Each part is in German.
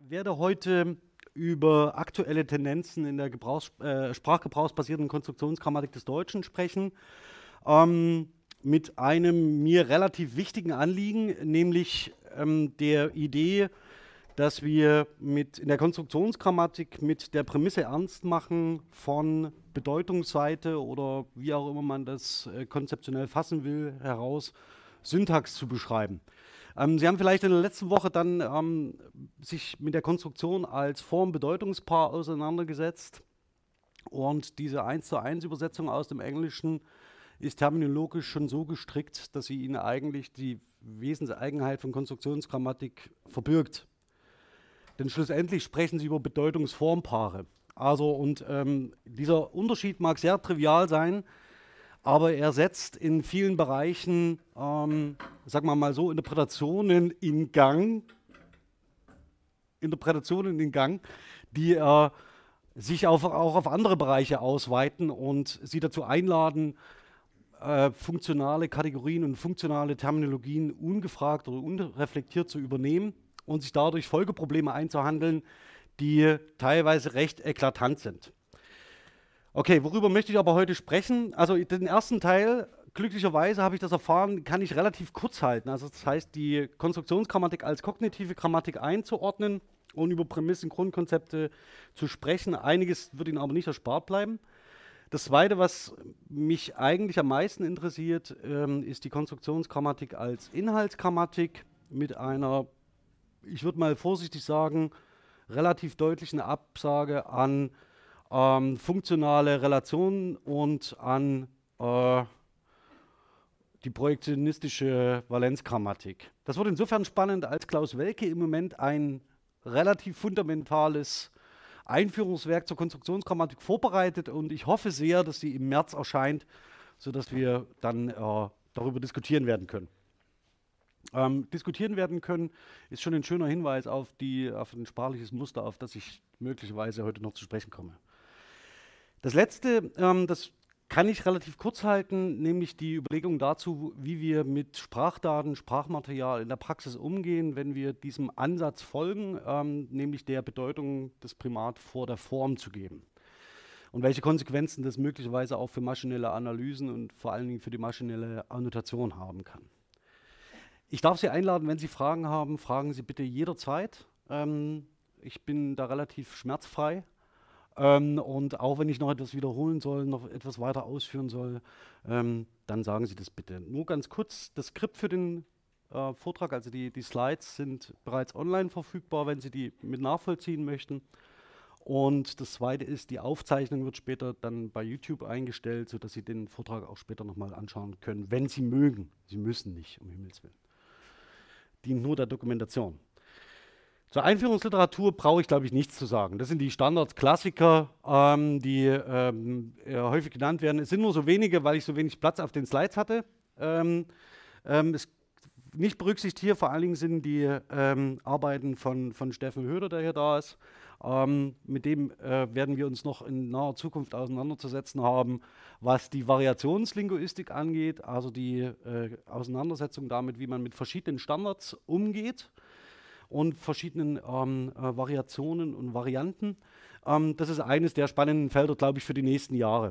werde heute über aktuelle Tendenzen in der sprachgebrauchsbasierten Konstruktionsgrammatik des Deutschen sprechen, mit einem mir relativ wichtigen Anliegen, nämlich der Idee, dass wir in der Konstruktionsgrammatik mit der Prämisse ernst machen, von Bedeutungsseite oder wie auch immer man das konzeptionell fassen will, heraus Syntax zu beschreiben. Sie haben vielleicht in der letzten Woche dann sich mit der Konstruktion als Form-Bedeutungspaar auseinandergesetzt, und diese 1:1 Übersetzung aus dem Englischen ist terminologisch schon so gestrickt, dass sie Ihnen eigentlich die Wesenseigenheit von Konstruktionsgrammatik verbirgt. Denn schlussendlich sprechen Sie über Bedeutungsformpaare. Dieser Unterschied mag sehr trivial sein, aber er setzt in vielen Bereichen, sagen wir mal so, Interpretationen in Gang, die sich auch auf andere Bereiche ausweiten und Sie dazu einladen, funktionale Kategorien und funktionale Terminologien ungefragt oder unreflektiert zu übernehmen und sich dadurch Folgeprobleme einzuhandeln, die teilweise recht eklatant sind. Okay, worüber möchte ich aber heute sprechen? Also den ersten Teil, glücklicherweise habe ich das erfahren, kann ich relativ kurz halten. Also das heißt, die Konstruktionsgrammatik als kognitive Grammatik einzuordnen und über Prämissen, Grundkonzepte zu sprechen. Einiges wird Ihnen aber nicht erspart bleiben. Das Zweite, was mich eigentlich am meisten interessiert, ist die Konstruktionsgrammatik als Inhaltsgrammatik mit einer, ich würde mal vorsichtig sagen, relativ deutlichen Absage an funktionale Relationen und an die projektionistische Valenzgrammatik. Das wird insofern spannend, als Klaus Welke im Moment ein relativ fundamentales Einführungswerk zur Konstruktionsgrammatik vorbereitet, und ich hoffe sehr, dass sie im März erscheint, sodass wir dann darüber diskutieren werden können. Diskutieren werden können ist schon ein schöner Hinweis auf ein sprachliches Muster, auf das ich möglicherweise heute noch zu sprechen komme. Das Letzte, das kann ich relativ kurz halten, nämlich die Überlegung dazu, wie wir mit Sprachdaten, Sprachmaterial in der Praxis umgehen, wenn wir diesem Ansatz folgen, nämlich der Bedeutung des Primat vor der Form zu geben. Und welche Konsequenzen das möglicherweise auch für maschinelle Analysen und vor allen Dingen für die maschinelle Annotation haben kann. Ich darf Sie einladen, wenn Sie Fragen haben, fragen Sie bitte jederzeit. Ich bin da relativ schmerzfrei. Und auch wenn ich noch etwas wiederholen soll, noch etwas weiter ausführen soll, dann sagen Sie das bitte. Nur ganz kurz, das Skript für den Vortrag, also die Slides sind bereits online verfügbar, wenn Sie die mit nachvollziehen möchten. Und das Zweite ist, die Aufzeichnung wird später dann bei YouTube eingestellt, sodass Sie den Vortrag auch später nochmal anschauen können, wenn Sie mögen. Sie müssen nicht, um Himmels Willen. Dient nur der Dokumentation. Zur Einführungsliteratur brauche ich, glaube ich, nichts zu sagen. Das sind die Standardklassiker, die häufig genannt werden. Es sind nur so wenige, weil ich so wenig Platz auf den Slides hatte. Nicht berücksichtigt hier vor allen Dingen sind die Arbeiten von Steffen Höder, der hier da ist. Mit dem werden wir uns noch in naher Zukunft auseinanderzusetzen haben, was die Variationslinguistik angeht, also die Auseinandersetzung damit, wie man mit verschiedenen Standards umgeht und verschiedenen Variationen und Varianten. Das ist eines der spannenden Felder, glaube ich, für die nächsten Jahre.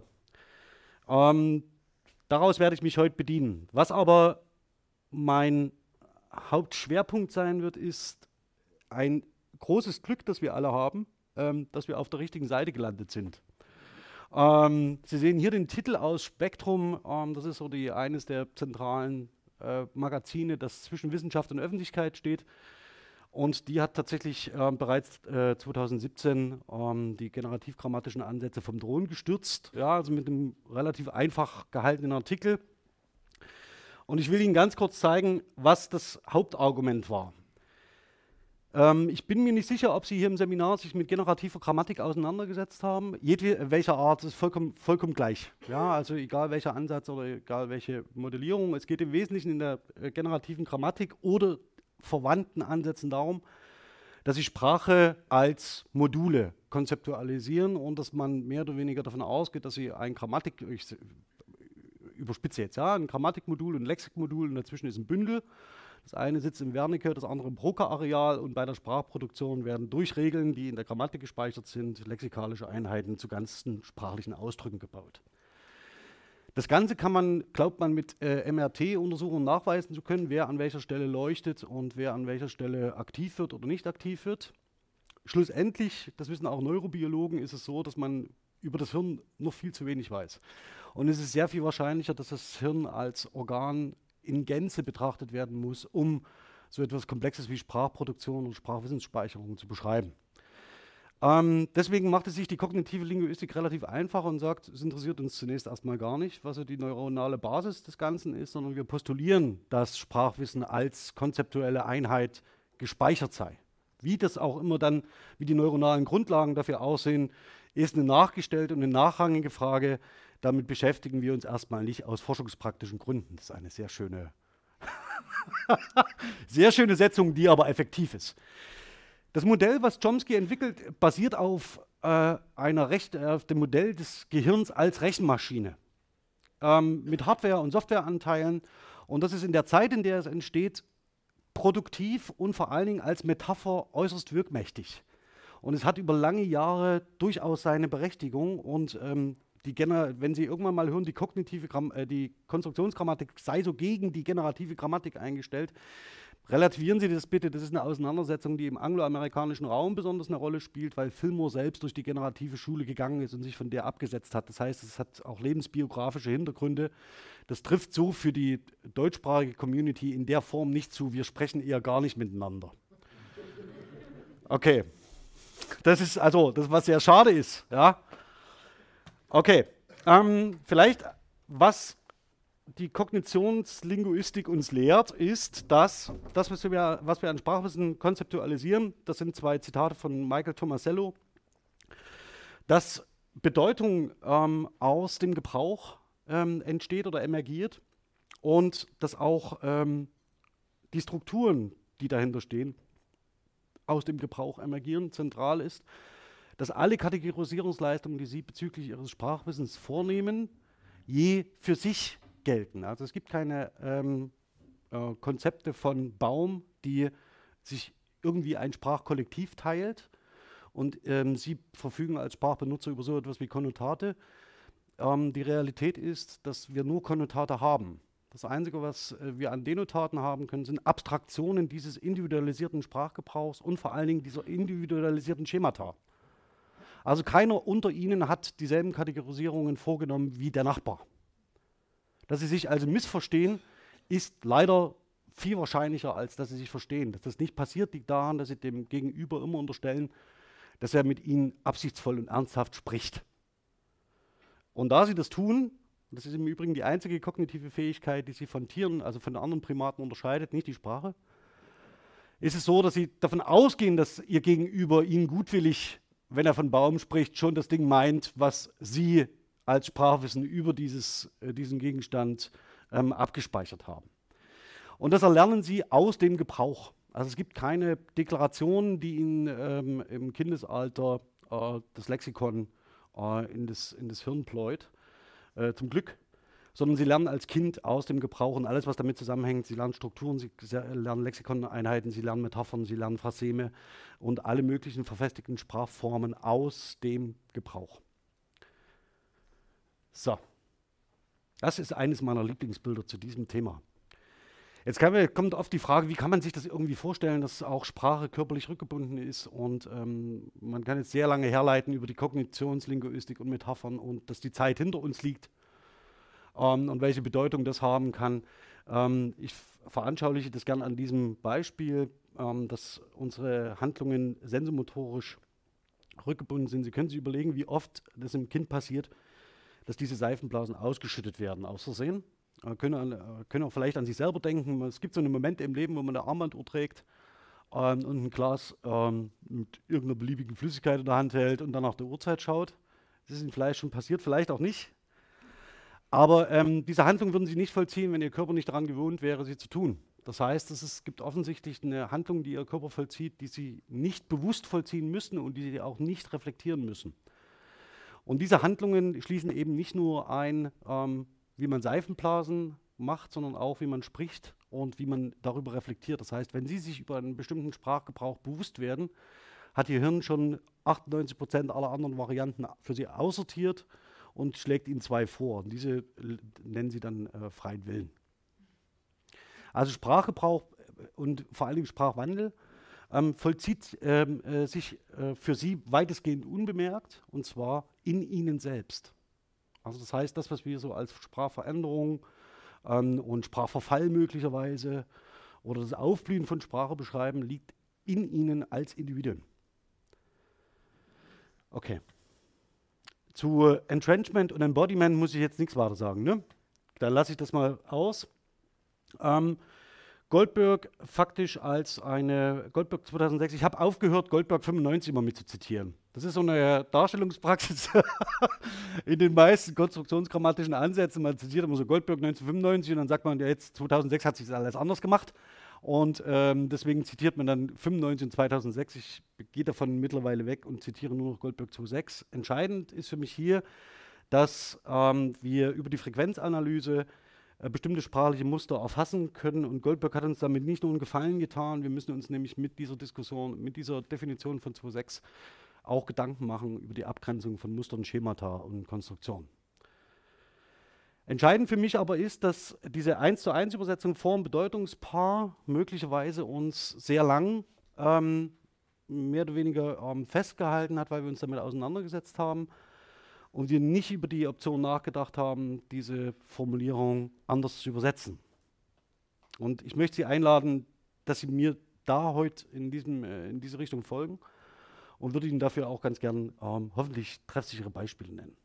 Daraus werde ich mich heute bedienen. Was aber mein Hauptschwerpunkt sein wird, ist ein großes Glück, das wir alle haben, dass wir auf der richtigen Seite gelandet sind. Sie sehen hier den Titel aus Spektrum. Das ist so eines der zentralen Magazine, das zwischen Wissenschaft und Öffentlichkeit steht. Und die hat tatsächlich bereits 2017 die generativ-grammatischen Ansätze vom Thron gestürzt, ja, also mit einem relativ einfach gehaltenen Artikel. Und ich will Ihnen ganz kurz zeigen, was das Hauptargument war. Ich bin mir nicht sicher, ob Sie hier im Seminar sich mit generativer Grammatik auseinandergesetzt haben. Welcher Art ist vollkommen gleich. Ja, also egal welcher Ansatz oder egal welche Modellierung. Es geht im Wesentlichen in der generativen Grammatik oder verwandten Ansätzen darum, dass Sie Sprache als Module konzeptualisieren und dass man mehr oder weniger davon ausgeht, dass Sie ich überspitze jetzt, ja, ein Grammatikmodul und ein Lexikmodul und dazwischen ist ein Bündel. Das eine sitzt im Wernicke, das andere im Broca-Areal und bei der Sprachproduktion werden durch Regeln, die in der Grammatik gespeichert sind, lexikalische Einheiten zu ganzen sprachlichen Ausdrücken gebaut. Das Ganze kann man, glaubt man, mit MRT-Untersuchungen nachweisen zu können, wer an welcher Stelle leuchtet und wer an welcher Stelle aktiv wird oder nicht aktiv wird. Schlussendlich, das wissen auch Neurobiologen, ist es so, dass man über das Hirn noch viel zu wenig weiß. Und es ist sehr viel wahrscheinlicher, dass das Hirn als Organ in Gänze betrachtet werden muss, um so etwas Komplexes wie Sprachproduktion und Sprachwissensspeicherung zu beschreiben. Deswegen macht es sich die kognitive Linguistik relativ einfach und sagt, es interessiert uns zunächst erstmal gar nicht, was so die neuronale Basis des Ganzen ist, sondern wir postulieren, dass Sprachwissen als konzeptuelle Einheit gespeichert sei. Wie das auch immer dann, wie die neuronalen Grundlagen dafür aussehen, ist eine nachgestellte und eine nachrangige Frage. Damit beschäftigen wir uns erstmal nicht aus forschungspraktischen Gründen. Das ist eine sehr schöne, sehr schöne Setzung, die aber effektiv ist. Das Modell, was Chomsky entwickelt, basiert auf dem Modell des Gehirns als Rechenmaschine mit Hardware- und Softwareanteilen. Und das ist in der Zeit, in der es entsteht, produktiv und vor allen Dingen als Metapher äußerst wirkmächtig. Und es hat über lange Jahre durchaus seine Berechtigung. Und wenn Sie irgendwann mal hören, die Konstruktionsgrammatik sei so gegen die generative Grammatik eingestellt, relativieren Sie das bitte. Das ist eine Auseinandersetzung, die im angloamerikanischen Raum besonders eine Rolle spielt, weil Fillmore selbst durch die generative Schule gegangen ist und sich von der abgesetzt hat. Das heißt, es hat auch lebensbiografische Hintergründe. Das trifft so für die deutschsprachige Community in der Form nicht zu. Wir sprechen eher gar nicht miteinander. Okay. Das ist also das, was sehr schade ist. Ja? Okay. Vielleicht, was die Kognitionslinguistik uns lehrt, ist, dass das, was wir an Sprachwissen konzeptualisieren, das sind 2 Zitate von Michael Tomasello, dass Bedeutung aus dem Gebrauch entsteht oder emergiert und dass auch die Strukturen, die dahinter stehen, aus dem Gebrauch emergieren, zentral ist, dass alle Kategorisierungsleistungen, die Sie bezüglich Ihres Sprachwissens vornehmen, je für sich gelten. Also es gibt keine Konzepte von Baum, die sich irgendwie ein Sprachkollektiv teilt und Sie verfügen als Sprachbenutzer über so etwas wie Konnotate. Die Realität ist, dass wir nur Konnotate haben. Das Einzige, was wir an Denotaten haben können, sind Abstraktionen dieses individualisierten Sprachgebrauchs und vor allen Dingen dieser individualisierten Schemata. Also keiner unter Ihnen hat dieselben Kategorisierungen vorgenommen wie der Nachbar. Dass Sie sich also missverstehen, ist leider viel wahrscheinlicher, als dass Sie sich verstehen. Dass das nicht passiert, liegt daran, dass Sie dem Gegenüber immer unterstellen, dass er mit Ihnen absichtsvoll und ernsthaft spricht. Und da Sie das tun, das ist im Übrigen die einzige kognitive Fähigkeit, die Sie von Tieren, also von anderen Primaten unterscheidet, nicht die Sprache, ist es so, dass Sie davon ausgehen, dass Ihr Gegenüber Ihnen gutwillig, wenn er von Baum spricht, schon das Ding meint, was Sie als Sprachwissen über diesen Gegenstand abgespeichert haben. Und das erlernen Sie aus dem Gebrauch. Also es gibt keine Deklarationen, die Ihnen im Kindesalter das Lexikon in das Hirn pläut, zum Glück, sondern Sie lernen als Kind aus dem Gebrauch und alles, was damit zusammenhängt. Sie lernen Strukturen, Sie lernen Lexikoneinheiten, Sie lernen Metaphern, Sie lernen Phraseme und alle möglichen verfestigten Sprachformen aus dem Gebrauch. So, das ist eines meiner Lieblingsbilder zu diesem Thema. Jetzt kommt oft die Frage, wie kann man sich das irgendwie vorstellen, dass auch Sprache körperlich rückgebunden ist und man kann jetzt sehr lange herleiten über die Kognitionslinguistik und Metaphern und dass die Zeit hinter uns liegt und welche Bedeutung das haben kann. Ich veranschauliche das gern an diesem Beispiel, dass unsere Handlungen sensomotorisch rückgebunden sind. Sie können sich überlegen, wie oft das im Kind passiert, dass diese Seifenblasen ausgeschüttet werden, aus Versehen. Können auch vielleicht an sich selber denken. Es gibt so eine Momente im Leben, wo man eine Armbanduhr trägt und ein Glas mit irgendeiner beliebigen Flüssigkeit in der Hand hält und dann nach der Uhrzeit schaut. Das ist Ihnen vielleicht schon passiert, vielleicht auch nicht. Aber diese Handlung würden Sie nicht vollziehen, wenn Ihr Körper nicht daran gewohnt wäre, sie zu tun. Das heißt, es gibt offensichtlich eine Handlung, die Ihr Körper vollzieht, die Sie nicht bewusst vollziehen müssen und die Sie auch nicht reflektieren müssen. Und diese Handlungen schließen eben nicht nur ein, wie man Seifenblasen macht, sondern auch, wie man spricht und wie man darüber reflektiert. Das heißt, wenn Sie sich über einen bestimmten Sprachgebrauch bewusst werden, hat Ihr Hirn schon 98% aller anderen Varianten für Sie aussortiert und schlägt Ihnen zwei vor. Und diese nennen Sie dann freien Willen. Also Sprachgebrauch und vor allen Dingen Sprachwandel vollzieht sich für Sie weitestgehend unbemerkt, und zwar in Ihnen selbst. Also das heißt, das, was wir so als Sprachveränderung und Sprachverfall möglicherweise oder das Aufblühen von Sprache beschreiben, liegt in Ihnen als Individuen. Okay. Zu Entrenchment und Embodiment muss ich jetzt nichts weiter sagen, ne? Da lasse ich das mal aus. Goldberg faktisch als eine, Goldberg 2006, ich habe aufgehört, Goldberg 95 immer mit zu zitieren. Das ist so eine Darstellungspraxis in den meisten konstruktionsgrammatischen Ansätzen. Man zitiert immer so Goldberg 1995 und dann sagt man, ja, jetzt 2006 hat sich das alles anders gemacht. Und deswegen zitiert man dann 95 und 2006. Ich gehe davon mittlerweile weg und zitiere nur noch Goldberg 2.6. Entscheidend ist für mich hier, dass wir über die Frequenzanalyse bestimmte sprachliche Muster erfassen können. Und Goldberg hat uns damit nicht nur einen Gefallen getan, wir müssen uns nämlich mit dieser Diskussion, mit dieser Definition von 2.6 auch Gedanken machen über die Abgrenzung von Mustern, Schemata und Konstruktionen. Entscheidend für mich aber ist, dass diese 1:1 Übersetzung Form-Bedeutungspaar möglicherweise uns sehr lang mehr oder weniger festgehalten hat, weil wir uns damit auseinandergesetzt haben und wir nicht über die Option nachgedacht haben, diese Formulierung anders zu übersetzen. Und ich möchte Sie einladen, dass Sie mir da heute in diese Richtung folgen und würde Ihnen dafür auch ganz gern hoffentlich treffsichere Beispiele nennen.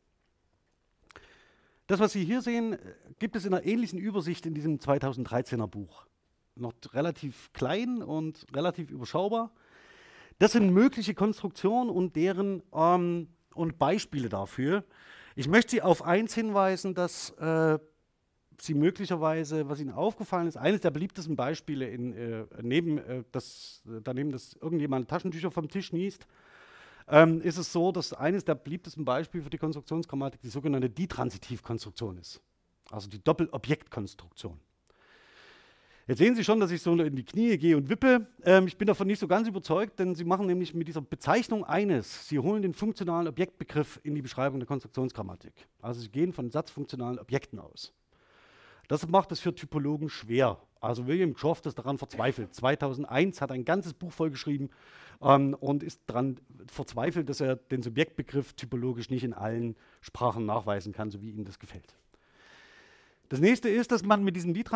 Das, was Sie hier sehen, gibt es in einer ähnlichen Übersicht in diesem 2013er Buch. Noch relativ klein und relativ überschaubar. Das sind mögliche Konstruktionen und deren und Beispiele dafür. Ich möchte Sie auf eins hinweisen, dass Sie möglicherweise, was Ihnen aufgefallen ist, eines der beliebtesten Beispiele daneben, dass irgendjemand Taschentücher vom Tisch niest, ist es so, dass eines der beliebtesten Beispiele für die Konstruktionsgrammatik die sogenannte Ditransitivkonstruktion ist. Also die Doppelobjektkonstruktion. Jetzt sehen Sie schon, dass ich so in die Knie gehe und wippe. Ich bin davon nicht so ganz überzeugt, denn Sie machen nämlich mit dieser Bezeichnung eines, Sie holen den funktionalen Objektbegriff in die Beschreibung der Konstruktionsgrammatik. Also Sie gehen von satzfunktionalen Objekten aus. Das macht es für Typologen schwer. Also William Croft ist daran verzweifelt. 2001 hat ein ganzes Buch vollgeschrieben und ist daran verzweifelt, dass er den Subjektbegriff typologisch nicht in allen Sprachen nachweisen kann, so wie ihm das gefällt. Das nächste ist, dass man mit diesem mit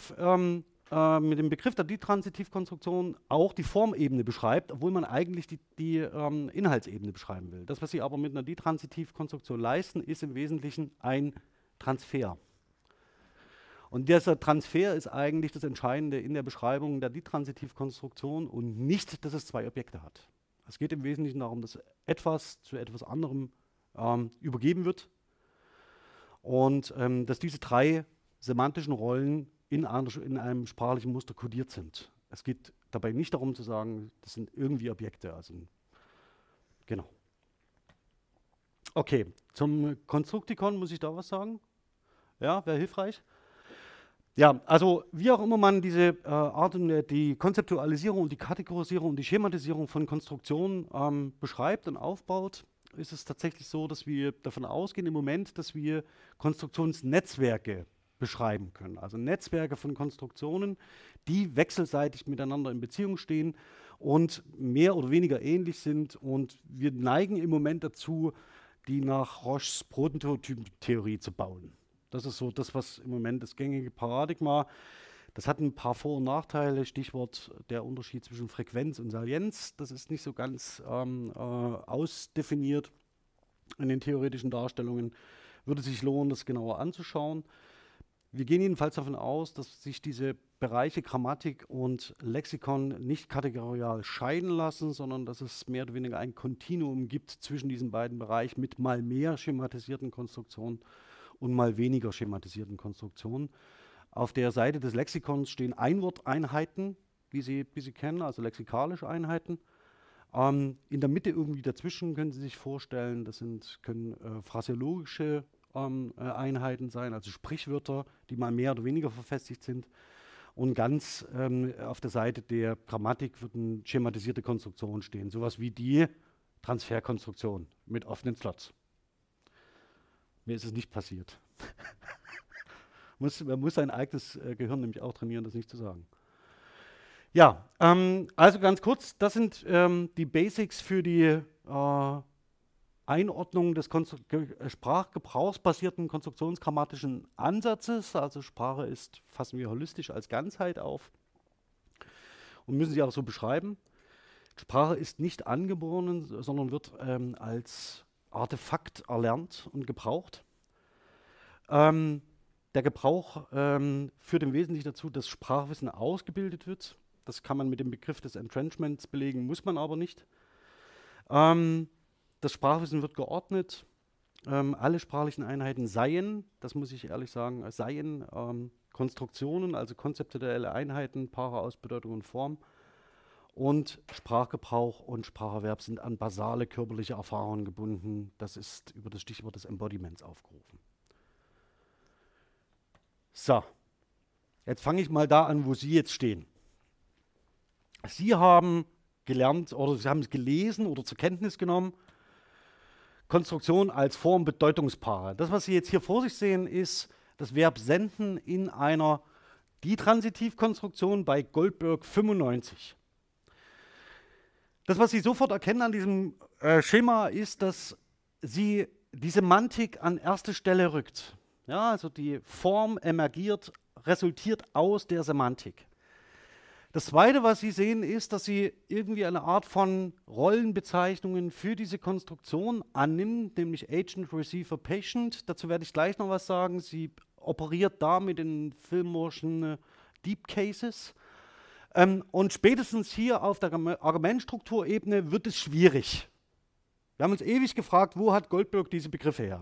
dem Begriff der Ditransitivkonstruktion auch die Formebene beschreibt, obwohl man eigentlich die Inhaltsebene beschreiben will. Das, was Sie aber mit einer Ditransitivkonstruktion leisten, ist im Wesentlichen ein Transfer. Und dieser Transfer ist eigentlich das Entscheidende in der Beschreibung der Ditransitivkonstruktion und nicht, dass es zwei Objekte hat. Es geht im Wesentlichen darum, dass etwas zu etwas anderem übergeben wird und dass diese drei semantischen Rollen in einem sprachlichen Muster kodiert sind. Es geht dabei nicht darum zu sagen, das sind irgendwie Objekte. Also, genau. Okay, zum Konstruktikon muss ich da was sagen? Ja, wäre hilfreich? Ja, also wie auch immer man diese die Konzeptualisierung und die Kategorisierung und die Schematisierung von Konstruktionen beschreibt und aufbaut, ist es tatsächlich so, dass wir davon ausgehen im Moment, dass wir Konstruktionsnetzwerke beschreiben können. Also Netzwerke von Konstruktionen, die wechselseitig miteinander in Beziehung stehen und mehr oder weniger ähnlich sind. Und wir neigen im Moment dazu, die nach Roches Prototypentheorie zu bauen. Das ist so das, was im Moment das gängige Paradigma. Das hat ein paar Vor- und Nachteile. Stichwort der Unterschied zwischen Frequenz und Salienz. Das ist nicht so ganz ausdefiniert in den theoretischen Darstellungen. Würde sich lohnen, das genauer anzuschauen. Wir gehen jedenfalls davon aus, dass sich diese Bereiche Grammatik und Lexikon nicht kategorial scheiden lassen, sondern dass es mehr oder weniger ein Kontinuum gibt zwischen diesen beiden Bereichen mit mal mehr schematisierten Konstruktionen und mal weniger schematisierten Konstruktionen. Auf der Seite des Lexikons stehen Einworteinheiten, wie Sie kennen, also lexikalische Einheiten. In der Mitte irgendwie dazwischen können Sie sich vorstellen, können phraseologische Einheiten sein, also Sprichwörter, die mal mehr oder weniger verfestigt sind. Und ganz auf der Seite der Grammatik würden schematisierte Konstruktionen stehen, sowas wie die Transferkonstruktion mit offenen Slots. Mir ist es nicht passiert. Man muss sein eigenes Gehirn nämlich auch trainieren, das nicht zu sagen. Ja, also ganz kurz, das sind die Basics für die Einordnung des sprachgebrauchsbasierten konstruktionsgrammatischen Ansatzes. Also Sprache ist, fassen wir holistisch als Ganzheit auf und müssen sie auch so beschreiben. Sprache ist nicht angeboren, sondern wird als Artefakt erlernt und gebraucht. Der Gebrauch führt im Wesentlichen dazu, dass Sprachwissen ausgebildet wird. Das kann man mit dem Begriff des Entrenchments belegen, muss man aber nicht. Das Sprachwissen wird geordnet. Alle sprachlichen Einheiten seien, das muss ich ehrlich sagen, seien Konstruktionen, also konzeptuelle Einheiten, Paare aus Bedeutung und Form. Und Sprachgebrauch und Spracherwerb sind an basale körperliche Erfahrungen gebunden. Das ist über das Stichwort des Embodiments aufgerufen. So, jetzt fange ich mal da an, wo Sie jetzt stehen. Sie haben gelernt oder Sie haben es gelesen oder zur Kenntnis genommen, Konstruktion als Form-Bedeutungspaare. Das, was Sie jetzt hier vor sich sehen, ist das Verb senden in einer Ditransitivkonstruktion bei Goldberg 95. Das, was Sie sofort erkennen an diesem Schema, ist, dass sie die Semantik an erste Stelle rückt. Ja, also die Form emergiert, resultiert aus der Semantik. Das Zweite, was Sie sehen, ist, dass sie irgendwie eine Art von Rollenbezeichnungen für diese Konstruktion annimmt, nämlich Agent, Receiver, Patient. Dazu werde ich gleich noch was sagen. Sie operiert da mit den Fillmore'schen Deep Cases. Und spätestens hier auf der Argumentstrukturebene wird es schwierig. Wir haben uns ewig gefragt, wo hat Goldberg diese Begriffe her?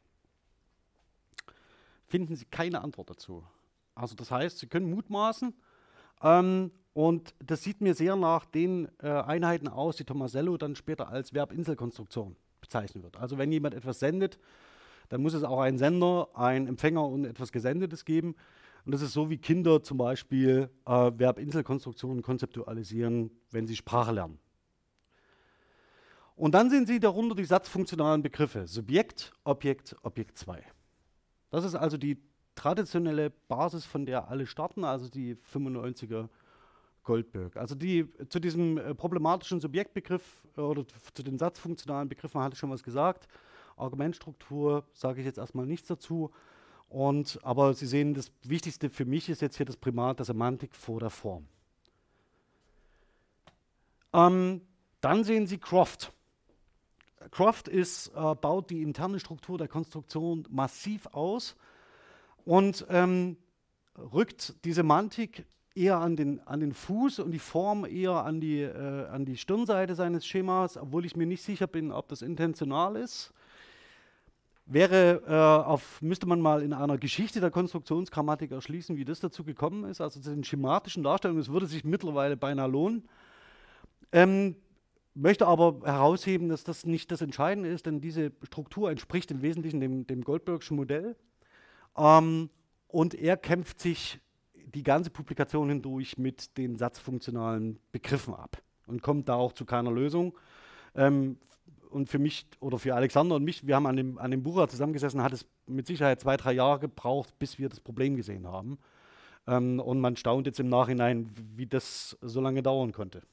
Finden Sie keine Antwort dazu. Also das heißt, Sie können mutmaßen, und das sieht mir sehr nach den Einheiten aus, die Tomasello dann später als Verbinselkonstruktion bezeichnen wird. Also wenn jemand etwas sendet, dann muss es auch einen Sender, einen Empfänger und etwas Gesendetes geben. Und das ist so, wie Kinder zum Beispiel Verbinselkonstruktionen konzeptualisieren, wenn sie Sprache lernen. Und dann sehen Sie darunter die satzfunktionalen Begriffe Subjekt, Objekt, Objekt 2. Das ist also die traditionelle Basis, von der alle starten, also die 95er Goldberg. Also zu diesem problematischen Subjektbegriff oder zu den satzfunktionalen Begriffen hatte ich schon was gesagt. Argumentstruktur sage ich jetzt erstmal nichts dazu. Aber Sie sehen, das Wichtigste für mich ist jetzt hier das Primat der Semantik vor der Form. Dann sehen Sie Croft. Croft baut die interne Struktur der Konstruktion massiv aus und rückt die Semantik eher an den Fuß und die Form eher an die Stirnseite seines Schemas, obwohl ich mir nicht sicher bin, ob das intentional ist. Müsste man mal in einer Geschichte der Konstruktionsgrammatik erschließen, wie das dazu gekommen ist, also zu den schematischen Darstellungen, das würde sich mittlerweile beinahe lohnen. Möchte aber herausheben, dass das nicht das Entscheidende ist, denn diese Struktur entspricht im Wesentlichen dem Goldbergschen Modell. Und er kämpft sich die ganze Publikation hindurch mit den satzfunktionalen Begriffen ab und kommt da auch zu keiner Lösung. Und für mich oder für Alexander und mich, wir haben an dem Buch zusammengesessen, hat es mit Sicherheit 2, 3 Jahre gebraucht, bis wir das Problem gesehen haben. Und man staunt jetzt im Nachhinein, wie das so lange dauern konnte.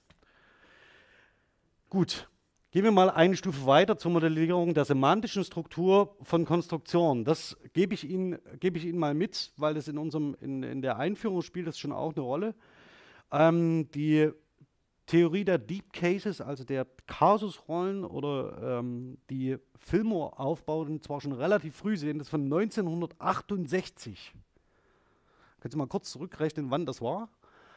Gut, gehen wir mal eine Stufe weiter zur Modellierung der semantischen Struktur von Konstruktionen. Das gebe ich Ihnen mal mit, weil das in der Einführung spielt das schon auch eine Rolle. Die Theorie der Deep Cases, also der Kasusrollen oder die Fillmore-Aufbauten zwar schon relativ früh sehen, das ist von 1968. Können Sie mal kurz zurückrechnen, wann das war?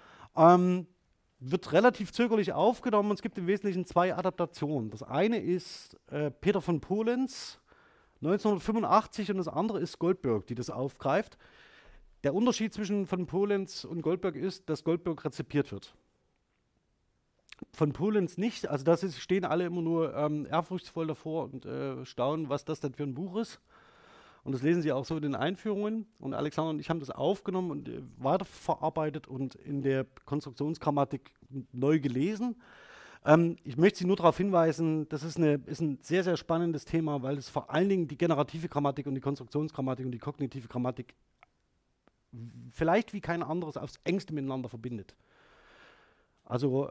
Wird relativ zögerlich aufgenommen und es gibt im Wesentlichen 2 Adaptationen. Das eine ist Peter von Polenz 1985 und das andere ist Goldberg, die das aufgreift. Der Unterschied zwischen von Polenz und Goldberg ist, dass Goldberg rezipiert wird. Von Polenz nicht, also stehen alle immer nur ehrfurchtsvoll davor und staunen, was das denn für ein Buch ist. Und das lesen Sie auch so in den Einführungen. Und Alexander und ich haben das aufgenommen und weiterverarbeitet und in der Konstruktionsgrammatik neu gelesen. Ich möchte Sie nur darauf hinweisen, das ist ein sehr, sehr spannendes Thema, weil es vor allen Dingen die generative Grammatik und die Konstruktionsgrammatik und die kognitive Grammatik vielleicht wie kein anderes aufs engste miteinander verbindet. Also,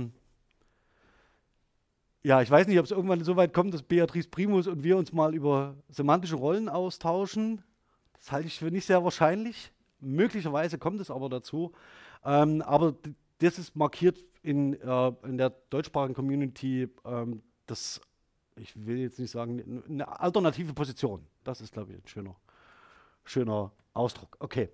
ja, ich weiß nicht, ob es irgendwann so weit kommt, dass Beatrice Primus und wir uns mal über semantische Rollen austauschen. Das halte ich für nicht sehr wahrscheinlich. Möglicherweise kommt es aber dazu. Aber das ist markiert in der deutschsprachigen Community, ich will jetzt nicht sagen, eine alternative Position. Das ist, glaube ich, ein schöner Ausdruck. Okay.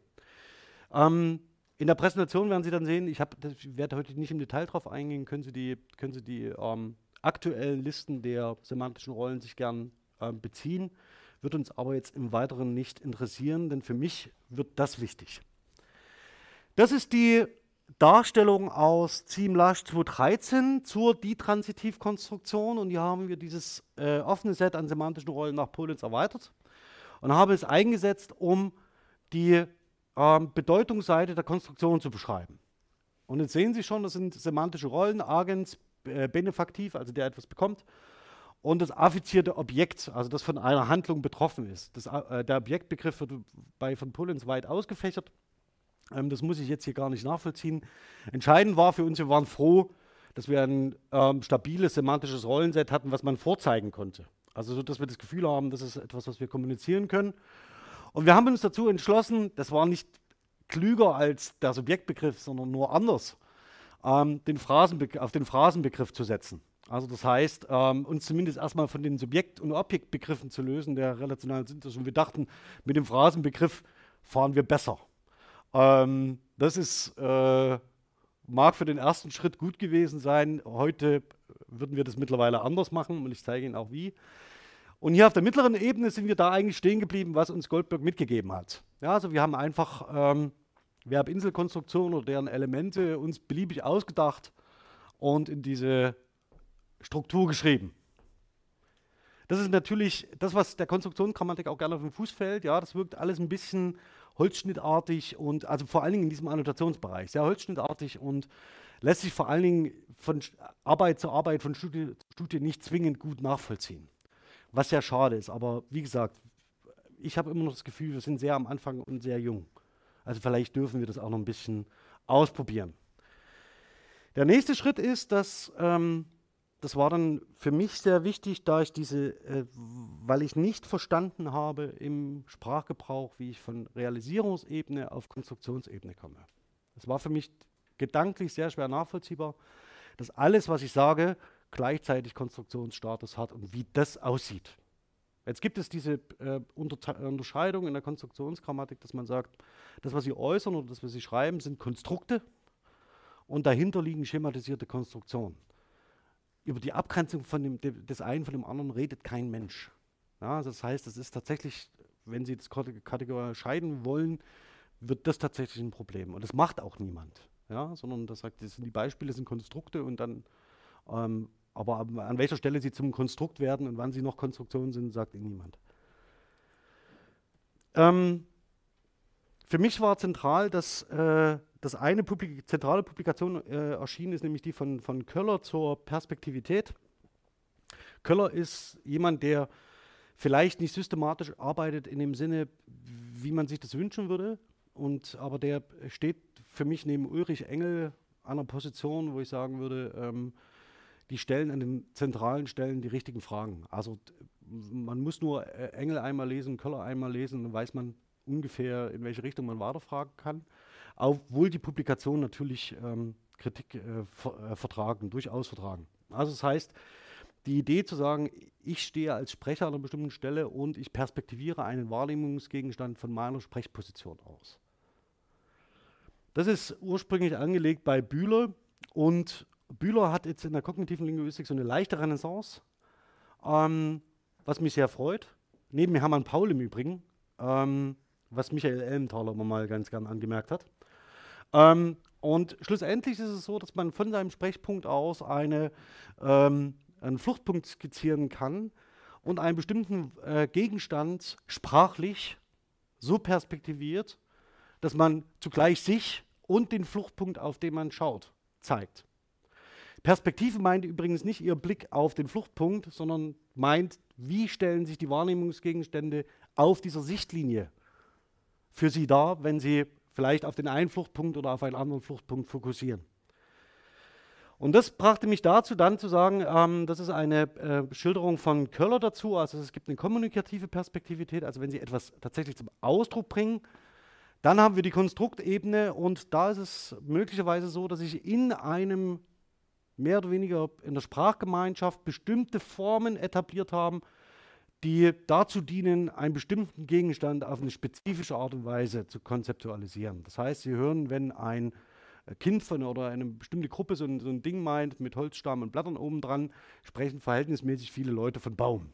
In der Präsentation werden Sie dann sehen, ich werde heute nicht im Detail drauf eingehen, können Sie die aktuellen Listen der semantischen Rollen sich gern beziehen. Wird uns aber jetzt im Weiteren nicht interessieren, denn für mich wird das wichtig. Das ist die Darstellung aus ZIEM-LASH 2013 zur Ditransitivkonstruktion und hier haben wir dieses offene Set an semantischen Rollen nach Polenz erweitert und haben es eingesetzt, um die Bedeutungsseite der Konstruktion zu beschreiben. Und jetzt sehen Sie schon, das sind semantische Rollen, Agens, Benefaktiv, also der etwas bekommt, und das affizierte Objekt, also das von einer Handlung betroffen ist. Der Objektbegriff wird von Polenz weit ausgefächert. Das muss ich jetzt hier gar nicht nachvollziehen. Entscheidend war für uns, wir waren froh, dass wir ein stabiles semantisches Rollenset hatten, was man vorzeigen konnte. Also so, dass wir das Gefühl haben, das ist etwas, was wir kommunizieren können. Und wir haben uns dazu entschlossen, das war nicht klüger als der Subjektbegriff, sondern nur anders, auf den Phrasenbegriff zu setzen. Also das heißt, uns zumindest erstmal von den Subjekt- und Objektbegriffen zu lösen, der relationalen Syntax. Und wir dachten, mit dem Phrasenbegriff fahren wir besser. Das ist, mag für den ersten Schritt gut gewesen sein. Heute würden wir das mittlerweile anders machen und ich zeige Ihnen auch wie. Und hier auf der mittleren Ebene sind wir da eigentlich stehen geblieben, was uns Goldberg mitgegeben hat. Ja, also wir haben einfach Verbinselkonstruktionen oder deren Elemente uns beliebig ausgedacht und in diese Struktur geschrieben. Das ist natürlich das, was der Konstruktionsgrammatik auch gerne auf den Fuß fällt. Ja, das wirkt alles ein bisschen holzschnittartig und also vor allen Dingen in diesem Annotationsbereich sehr holzschnittartig und lässt sich vor allen Dingen von Arbeit zu Arbeit, von Studie zu Studie nicht zwingend gut nachvollziehen. Was sehr schade ist, aber wie gesagt, ich habe immer noch das Gefühl, wir sind sehr am Anfang und sehr jung. Also vielleicht dürfen wir das auch noch ein bisschen ausprobieren. Der nächste Schritt ist, dass das war dann für mich sehr wichtig, da ich weil ich nicht verstanden habe im Sprachgebrauch, wie ich von Realisierungsebene auf Konstruktionsebene komme. Das war für mich gedanklich sehr schwer nachvollziehbar, dass alles, was ich sage, gleichzeitig Konstruktionsstatus hat und wie das aussieht. Jetzt gibt es diese Unterscheidung in der Konstruktionsgrammatik, dass man sagt, das, was Sie äußern oder das, was Sie schreiben, sind Konstrukte und dahinter liegen schematisierte Konstruktionen. Über die Abgrenzung des einen von dem anderen redet kein Mensch. Ja, das heißt, es ist tatsächlich, wenn Sie das kategorisch scheiden wollen, wird das tatsächlich ein Problem. Und das macht auch niemand. Ja, sondern das sagt, die Beispiele sind Konstrukte und dann aber an welcher Stelle sie zum Konstrukt werden und wann sie noch Konstruktionen sind, sagt Ihnen niemand. Für mich war zentral, dass eine zentrale Publikation erschienen ist, nämlich die von Köller zur Perspektivität. Köller ist jemand, der vielleicht nicht systematisch arbeitet in dem Sinne, wie man sich das wünschen würde, aber der steht für mich neben Ulrich Engel an einer Position, wo ich sagen würde, die stellen an den zentralen Stellen die richtigen Fragen. Also man muss nur Engel einmal lesen, Köller einmal lesen, dann weiß man ungefähr, in welche Richtung man weiterfragen kann. Obwohl die Publikationen natürlich Kritik durchaus vertragen. Also das heißt, die Idee zu sagen, ich stehe als Sprecher an einer bestimmten Stelle und ich perspektiviere einen Wahrnehmungsgegenstand von meiner Sprechposition aus. Das ist ursprünglich angelegt bei Bühler und Bühler hat jetzt in der kognitiven Linguistik so eine leichte Renaissance, was mich sehr freut. Neben Hermann Paul im Übrigen, was Michael Ellenthaler immer mal ganz gern angemerkt hat. Und schlussendlich ist es so, dass man von seinem Sprechpunkt aus einen Fluchtpunkt skizzieren kann und einen bestimmten Gegenstand sprachlich so perspektiviert, dass man zugleich sich und den Fluchtpunkt, auf den man schaut, zeigt. Perspektive meint übrigens nicht Ihr Blick auf den Fluchtpunkt, sondern meint, wie stellen sich die Wahrnehmungsgegenstände auf dieser Sichtlinie für Sie dar, wenn Sie vielleicht auf den einen Fluchtpunkt oder auf einen anderen Fluchtpunkt fokussieren. Und das brachte mich dazu, dann zu sagen, das ist eine Schilderung von Köhler dazu, also es gibt eine kommunikative Perspektivität, also wenn Sie etwas tatsächlich zum Ausdruck bringen. Dann haben wir die Konstruktebene und da ist es möglicherweise so, dass ich in einem mehr oder weniger in der Sprachgemeinschaft bestimmte Formen etabliert haben, die dazu dienen, einen bestimmten Gegenstand auf eine spezifische Art und Weise zu konzeptualisieren. Das heißt, Sie hören, wenn ein Kind von oder eine bestimmte Gruppe so ein Ding meint, mit Holzstamm und Blättern obendran, sprechen verhältnismäßig viele Leute von Baum.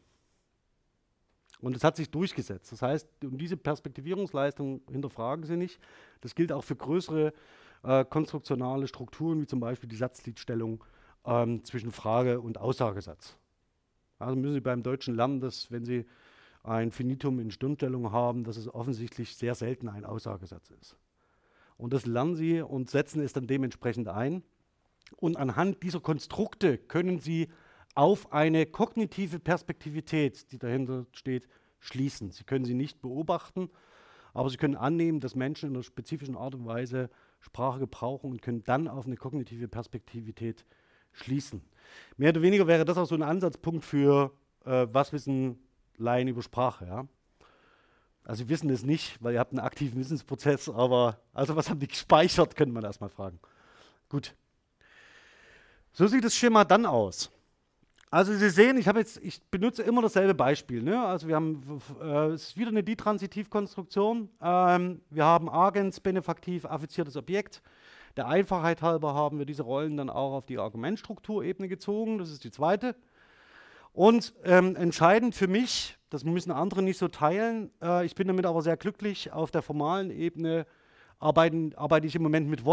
Und es hat sich durchgesetzt. Das heißt, um diese Perspektivierungsleistung hinterfragen Sie nicht. Das gilt auch für größere konstruktionale Strukturen, wie zum Beispiel die Satzgliedstellung zwischen Frage und Aussagesatz. Also müssen Sie beim Deutschen lernen, dass wenn Sie ein Finitum in Stirnstellung haben, dass es offensichtlich sehr selten ein Aussagesatz ist. Und das lernen Sie und setzen es dann dementsprechend ein. Und anhand dieser Konstrukte können Sie auf eine kognitive Perspektivität, die dahinter steht, schließen. Sie können sie nicht beobachten, aber Sie können annehmen, dass Menschen in einer spezifischen Art und Weise Sprache gebrauchen und können dann auf eine kognitive Perspektivität schließen. Mehr oder weniger wäre das auch so ein Ansatzpunkt für was wissen Laien über Sprache. Ja? Also Sie wissen es nicht, weil ihr habt einen aktiven Wissensprozess, aber also was haben die gespeichert, könnte man erstmal fragen. Gut. So sieht das Schema dann aus. Also Sie sehen, ich benutze immer dasselbe Beispiel. Ne? Also wir haben, es ist wieder eine Ditransitivkonstruktion. Wir haben Agens, benefaktiv, affiziertes Objekt. Der Einfachheit halber haben wir diese Rollen dann auch auf die Argumentstrukturebene gezogen. Das ist die zweite. Und entscheidend für mich, das müssen andere nicht so teilen, ich bin damit aber sehr glücklich, auf der formalen Ebene arbeite ich im Moment mit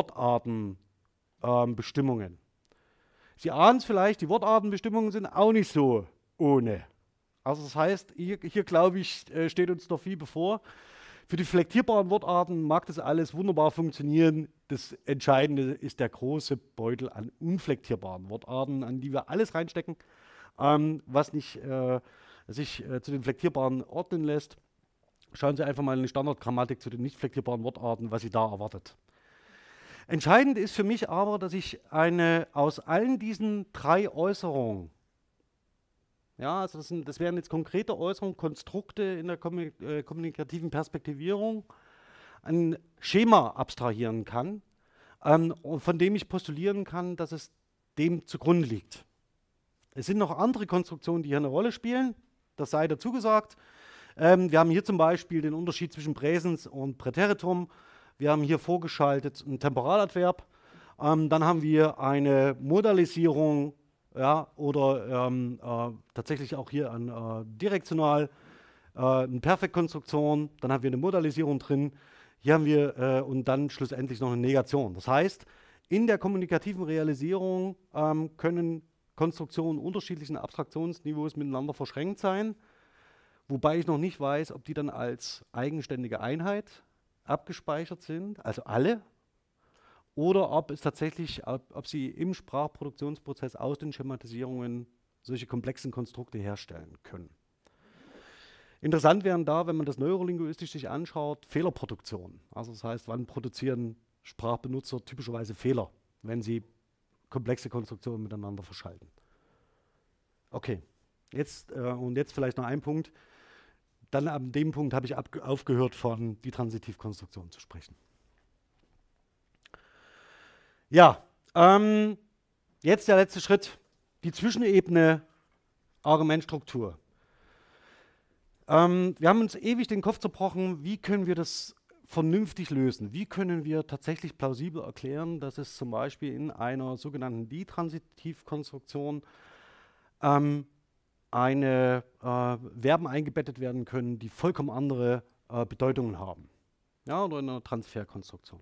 Wortartenbestimmungen. Sie ahnen es vielleicht, die Wortartenbestimmungen sind auch nicht so ohne. Also das heißt, hier glaube ich, steht uns noch viel bevor. Für die flektierbaren Wortarten mag das alles wunderbar funktionieren. Das Entscheidende ist der große Beutel an unflektierbaren Wortarten, an die wir alles reinstecken, was nicht sich zu den flektierbaren ordnen lässt. Schauen Sie einfach mal in die Standardgrammatik zu den nicht flektierbaren Wortarten, was Sie da erwartet. Entscheidend ist für mich aber, dass ich aus allen diesen drei Äußerungen, ja, also das wären jetzt konkrete Äußerungen, Konstrukte in der kommunikativen Perspektivierung, ein Schema abstrahieren kann, von dem ich postulieren kann, dass es dem zugrunde liegt. Es sind noch andere Konstruktionen, die hier eine Rolle spielen, das sei dazu gesagt. Wir haben hier zum Beispiel den Unterschied zwischen Präsens und Präteritum. Wir haben hier vorgeschaltet einen Temporaladverb. Dann haben wir eine Modalisierung, ja, oder tatsächlich auch hier direktional eine Perfektkonstruktion. Dann haben wir eine Modalisierung drin. Hier haben wir und dann schlussendlich noch eine Negation. Das heißt, in der kommunikativen Realisierung können Konstruktionen unterschiedlichen Abstraktionsniveaus miteinander verschränkt sein, wobei ich noch nicht weiß, ob die dann als eigenständige Einheit abgespeichert sind, also alle, oder ob sie im Sprachproduktionsprozess aus den Schematisierungen solche komplexen Konstrukte herstellen können. Interessant wären da, wenn man das neurolinguistisch sich anschaut, Fehlerproduktion. Also das heißt, wann produzieren Sprachbenutzer typischerweise Fehler, wenn sie komplexe Konstruktionen miteinander verschalten. Okay, jetzt vielleicht noch ein Punkt. Dann an dem Punkt habe ich aufgehört, von die Transitivkonstruktion zu sprechen. Ja, jetzt der letzte Schritt, die Zwischenebene Argumentstruktur. Wir haben uns ewig den Kopf zerbrochen, wie können wir das vernünftig lösen? Wie können wir tatsächlich plausibel erklären, dass es zum Beispiel in einer sogenannten Ditransitivkonstruktion Verben eingebettet werden können, die vollkommen andere Bedeutungen haben. Ja, oder in einer Transferkonstruktion.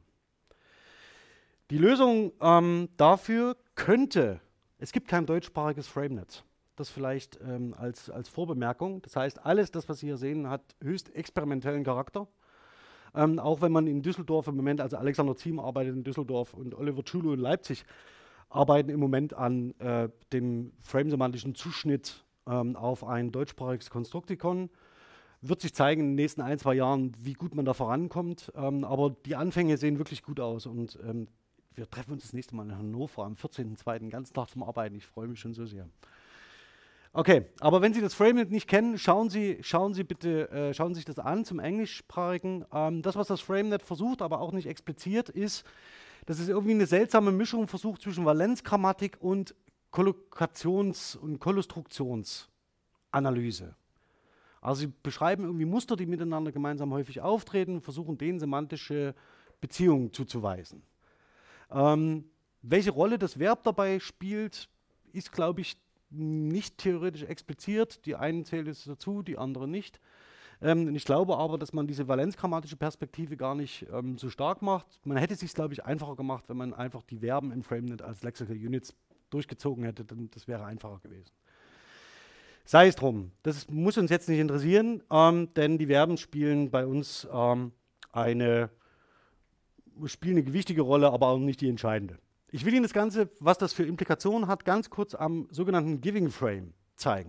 Die Lösung dafür könnte, es gibt kein deutschsprachiges FrameNet, Das vielleicht als Vorbemerkung. Das heißt, alles, das, was Sie hier sehen, hat höchst experimentellen Charakter. Auch wenn man in Düsseldorf im Moment, also Alexander Ziem arbeitet in Düsseldorf und Oliver Tschulo in Leipzig, arbeiten im Moment an dem frame-semantischen Zuschnitt auf ein deutschsprachiges Konstruktikon. Wird sich zeigen in den nächsten 1, 2 Jahren, wie gut man da vorankommt. Aber die Anfänge sehen wirklich gut aus. Und wir treffen uns das nächste Mal in Hannover am 14.02. ganz Tag zum Arbeiten. Ich freue mich schon so sehr. Okay, aber wenn Sie das FrameNet nicht kennen, schauen Sie sich das an zum Englischsprachigen. Das, was das FrameNet versucht, aber auch nicht expliziert, ist, dass es irgendwie eine seltsame Mischung versucht zwischen Valenzgrammatik und Kollokations- und Konstruktionsanalyse. Also sie beschreiben irgendwie Muster, die miteinander gemeinsam häufig auftreten, versuchen denen semantische Beziehungen zuzuweisen. Welche Rolle das Verb dabei spielt, ist, glaube ich, nicht theoretisch expliziert. Die einen zählen es dazu, die anderen nicht. Ich glaube aber, dass man diese valenzgrammatische Perspektive gar nicht so stark macht. Man hätte es sich, glaube ich, einfacher gemacht, wenn man einfach die Verben in FrameNet als Lexical Units durchgezogen hätte, dann das wäre einfacher gewesen. Sei es drum, das muss uns jetzt nicht interessieren, denn die Verben spielen bei uns eine gewichtige Rolle, aber auch nicht die entscheidende. Ich will Ihnen das Ganze, was das für Implikationen hat, ganz kurz am sogenannten Giving Frame zeigen.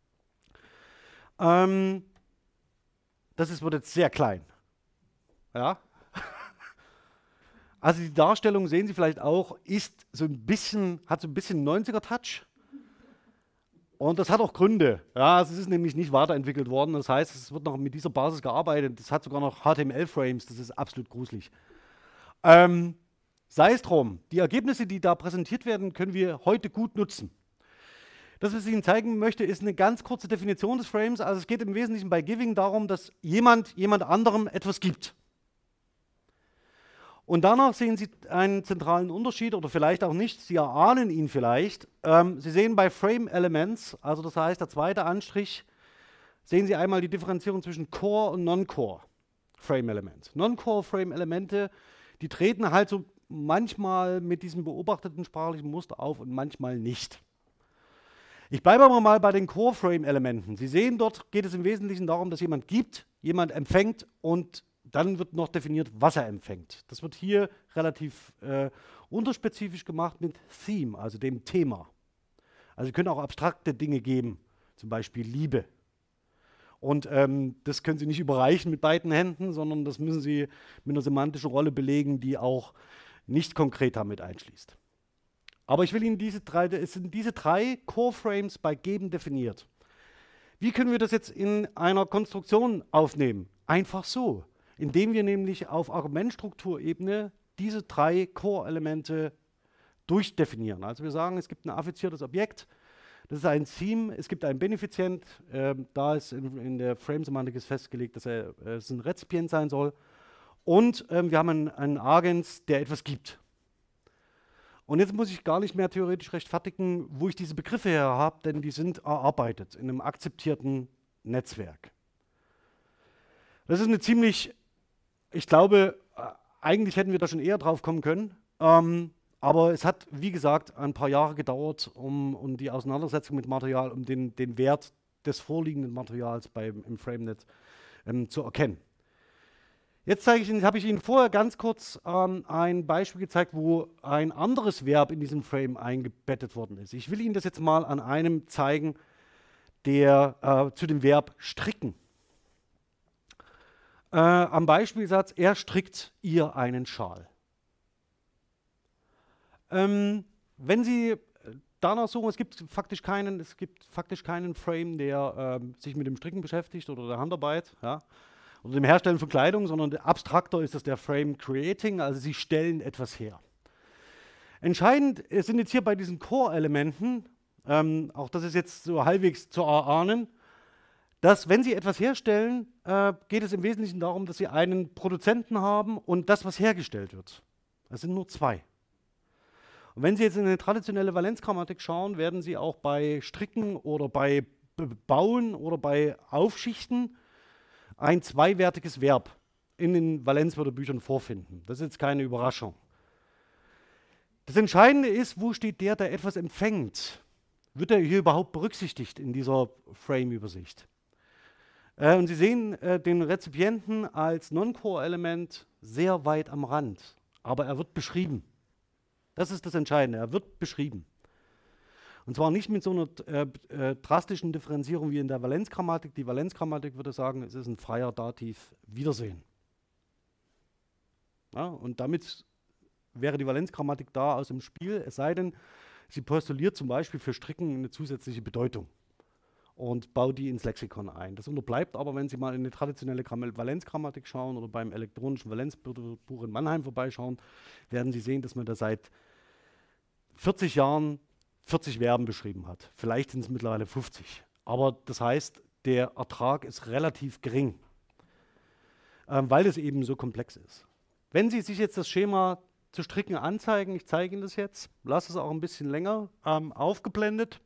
Das wird jetzt sehr klein. Ja? Also die Darstellung, sehen Sie vielleicht auch, hat so ein bisschen 90er-Touch. Und das hat auch Gründe. Ja, es ist nämlich nicht weiterentwickelt worden. Das heißt, es wird noch mit dieser Basis gearbeitet. Das hat sogar noch HTML-Frames. Das ist absolut gruselig. Sei es drum, die Ergebnisse, die da präsentiert werden, können wir heute gut nutzen. Das, was ich Ihnen zeigen möchte, ist eine ganz kurze Definition des Frames. Also es geht im Wesentlichen bei Giving darum, dass jemand anderem etwas gibt. Und danach sehen Sie einen zentralen Unterschied oder vielleicht auch nicht. Sie erahnen ihn vielleicht. Sie sehen bei Frame Elements, also das heißt der zweite Anstrich, sehen Sie einmal die Differenzierung zwischen Core und Non-Core Frame Elements. Non-Core Frame Elemente, die treten halt so manchmal mit diesem beobachteten sprachlichen Muster auf und manchmal nicht. Ich bleibe aber mal bei den Core-Frame-Elementen. Sie sehen, dort geht es im Wesentlichen darum, dass jemand gibt, jemand empfängt und dann wird noch definiert, was er empfängt. Das wird hier relativ unterspezifisch gemacht mit Theme, also dem Thema. Also Sie können auch abstrakte Dinge geben, zum Beispiel Liebe. Und das können Sie nicht überreichen mit beiden Händen, sondern das müssen Sie mit einer semantischen Rolle belegen, die auch nicht konkret damit einschließt. Aber ich will Ihnen es sind diese drei Core-Frames bei Geben definiert. Wie können wir das jetzt in einer Konstruktion aufnehmen? Einfach so, indem wir nämlich auf Argumentstrukturebene diese drei Core-Elemente durchdefinieren. Also wir sagen, es gibt ein affiziertes Objekt, das ist ein Theme, es gibt einen Benefizient, da ist in der Frame-Semantik ist festgelegt, dass es ein Rezipient sein soll. Und wir haben einen Agens, der etwas gibt. Und jetzt muss ich gar nicht mehr theoretisch rechtfertigen, wo ich diese Begriffe her habe, denn die sind erarbeitet in einem akzeptierten Netzwerk. Das ist eine ziemlich, ich glaube, eigentlich hätten wir da schon eher drauf kommen können, aber es hat, wie gesagt, ein paar Jahre gedauert, um die Auseinandersetzung mit Material, um den Wert des vorliegenden Materials im FrameNet zu erkennen. Jetzt habe ich Ihnen vorher ganz kurz ein Beispiel gezeigt, wo ein anderes Verb in diesem Frame eingebettet worden ist. Ich will Ihnen das jetzt mal an einem zeigen, der zu dem Verb stricken. Am Beispielsatz, er strickt ihr einen Schal. Wenn Sie danach suchen, es gibt faktisch keinen Frame, der sich mit dem Stricken beschäftigt oder der Handarbeit, ja, oder dem Herstellen von Kleidung, sondern abstrakter ist das der Frame Creating, also Sie stellen etwas her. Entscheidend sind jetzt hier bei diesen Core-Elementen, auch das ist jetzt so halbwegs zu erahnen, dass, wenn Sie etwas herstellen, geht es im Wesentlichen darum, dass Sie einen Produzenten haben und das, was hergestellt wird. Das sind nur zwei. Und wenn Sie jetzt in eine traditionelle Valenzgrammatik schauen, werden Sie auch bei Stricken oder bei Bauen oder bei Aufschichten ein zweiwertiges Verb in den Valenzwörterbüchern vorfinden. Das ist jetzt keine Überraschung. Das Entscheidende ist, wo steht der etwas empfängt? wird er hier überhaupt berücksichtigt in dieser Frame-Übersicht? Und Sie sehen den Rezipienten als Non-Core-Element sehr weit am Rand, aber er wird beschrieben. Das ist das Entscheidende, er wird beschrieben. Und zwar nicht mit so einer drastischen Differenzierung wie in der Valenzgrammatik. Die Valenzgrammatik würde sagen, es ist ein freier Dativ Wiedersehen. Ja, und damit wäre die Valenzgrammatik da aus dem Spiel, es sei denn, sie postuliert zum Beispiel für Stricken eine zusätzliche Bedeutung und baut die ins Lexikon ein. Das unterbleibt aber, wenn Sie mal in eine traditionelle Valenzgrammatik schauen oder beim elektronischen Valenzbuch in Mannheim vorbeischauen, werden Sie sehen, dass man da seit 40 Jahren 40 Verben beschrieben hat. Vielleicht sind es mittlerweile 50. Aber das heißt, der Ertrag ist relativ gering, weil es eben so komplex ist. Wenn Sie sich jetzt das Schema zu stricken anzeigen, ich zeige Ihnen das jetzt, lasse es auch ein bisschen länger aufgeblendet,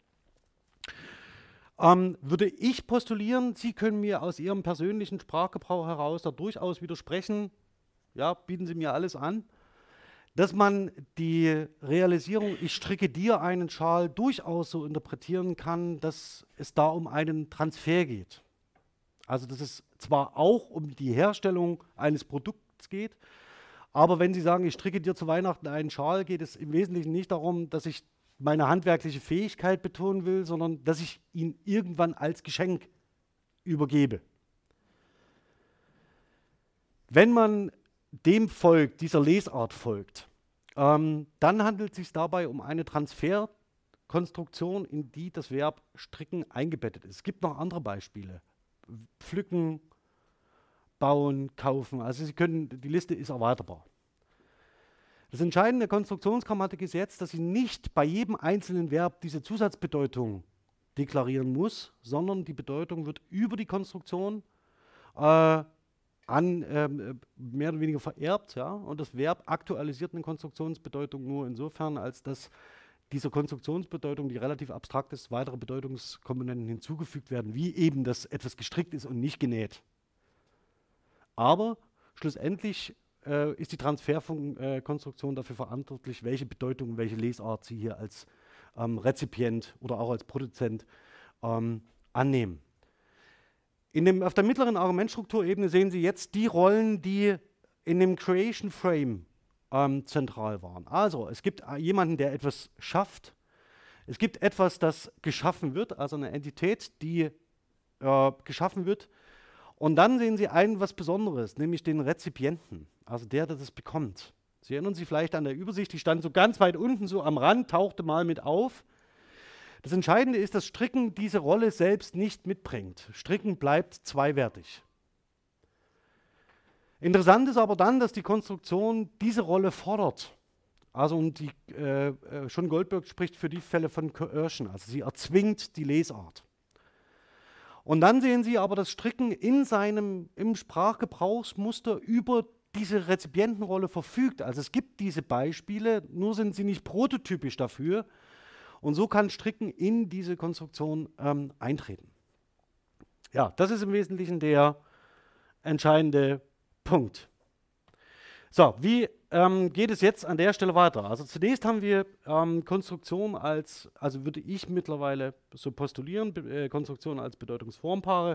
würde ich postulieren, Sie können mir aus Ihrem persönlichen Sprachgebrauch heraus da durchaus widersprechen, ja, bieten Sie mir alles an, dass man die Realisierung, ich stricke dir einen Schal, durchaus so interpretieren kann, dass es da um einen Transfer geht. Also dass es zwar auch um die Herstellung eines Produkts geht, aber wenn Sie sagen, ich stricke dir zu Weihnachten einen Schal, geht es im Wesentlichen nicht darum, dass ich meine handwerkliche Fähigkeit betonen will, sondern dass ich ihn irgendwann als Geschenk übergebe. Wenn man dem folgt, dieser Lesart folgt, dann handelt es sich dabei um eine Transferkonstruktion, in die das Verb stricken eingebettet ist. Es gibt noch andere Beispiele. Pflücken, bauen, kaufen. Also Sie können, die Liste ist erweiterbar. Das Entscheidende der Konstruktionsgrammatik ist jetzt, dass sie nicht bei jedem einzelnen Verb diese Zusatzbedeutung deklarieren muss, sondern die Bedeutung wird über die Konstruktion mehr oder weniger vererbt, ja? Und das Verb aktualisiert eine Konstruktionsbedeutung nur insofern, als dass dieser Konstruktionsbedeutung, die relativ abstrakt ist, weitere Bedeutungskomponenten hinzugefügt werden, wie eben, dass etwas gestrickt ist und nicht genäht. Aber schlussendlich ist die Transferkonstruktion dafür verantwortlich, welche Bedeutung, welche Lesart Sie hier als Rezipient oder auch als Produzent annehmen. Auf der mittleren Argumentstrukturebene sehen Sie jetzt die Rollen, die in dem Creation Frame zentral waren. Also es gibt jemanden, der etwas schafft. Es gibt etwas, das geschaffen wird, also eine Entität, die geschaffen wird. Und dann sehen Sie was Besonderes, nämlich den Rezipienten, also der das bekommt. Sie erinnern sich vielleicht an der Übersicht, die stand so ganz weit unten, so am Rand, tauchte mal mit auf. Das Entscheidende ist, dass Stricken diese Rolle selbst nicht mitbringt. Stricken bleibt zweiwertig. Interessant ist aber dann, dass die Konstruktion diese Rolle fordert. Also und schon Goldberg spricht für die Fälle von Coercion, also sie erzwingt die Lesart. Und dann sehen Sie aber das Stricken im Sprachgebrauchsmuster über diese Rezipientenrolle verfügt. Also es gibt diese Beispiele, nur sind sie nicht prototypisch dafür. Und so kann Stricken in diese Konstruktion eintreten. Ja, das ist im Wesentlichen der entscheidende Punkt. So, wie geht es jetzt an der Stelle weiter? Also zunächst haben wir Konstruktion also würde ich mittlerweile so postulieren, Konstruktion als Bedeutungsformpaare.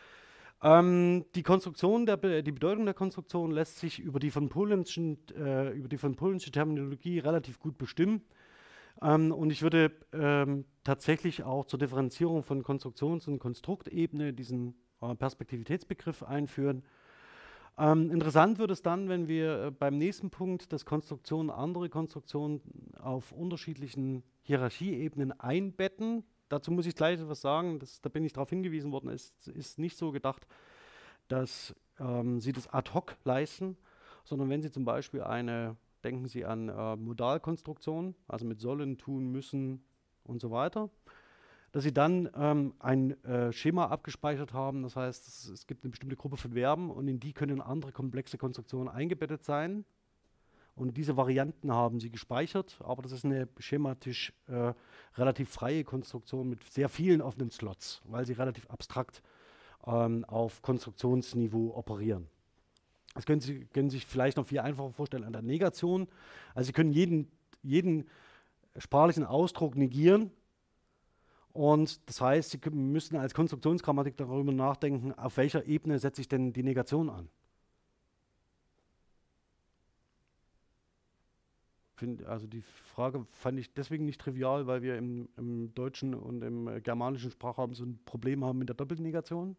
Die Bedeutung der Konstruktion lässt sich über die von Polenschen Terminologie relativ gut bestimmen. Und ich würde tatsächlich auch zur Differenzierung von Konstruktions- und Konstruktebene diesen Perspektivitätsbegriff einführen. Interessant wird es dann, wenn wir beim nächsten Punkt, dass andere Konstruktionen auf unterschiedlichen Hierarchieebenen einbetten. Dazu muss ich gleich etwas sagen, da bin ich darauf hingewiesen worden, es ist nicht so gedacht, dass Sie das ad hoc leisten, sondern wenn Sie zum Beispiel denken Sie an Modalkonstruktionen, also mit sollen, tun, müssen und so weiter, dass Sie dann ein Schema abgespeichert haben, das heißt, es gibt eine bestimmte Gruppe von Verben und in die können andere komplexe Konstruktionen eingebettet sein. Und diese Varianten haben Sie gespeichert, aber das ist eine schematisch relativ freie Konstruktion mit sehr vielen offenen Slots, weil sie relativ abstrakt auf Konstruktionsniveau operieren. Das können Sie sich vielleicht noch viel einfacher vorstellen an der Negation. Also Sie können jeden sprachlichen Ausdruck negieren Und das heißt, Sie müssen als Konstruktionsgrammatik darüber nachdenken, auf welcher Ebene setze ich denn die Negation an. Also die Frage fand ich deswegen nicht trivial, weil wir im deutschen und im germanischen Sprachraum so ein Problem haben mit der Doppelnegation.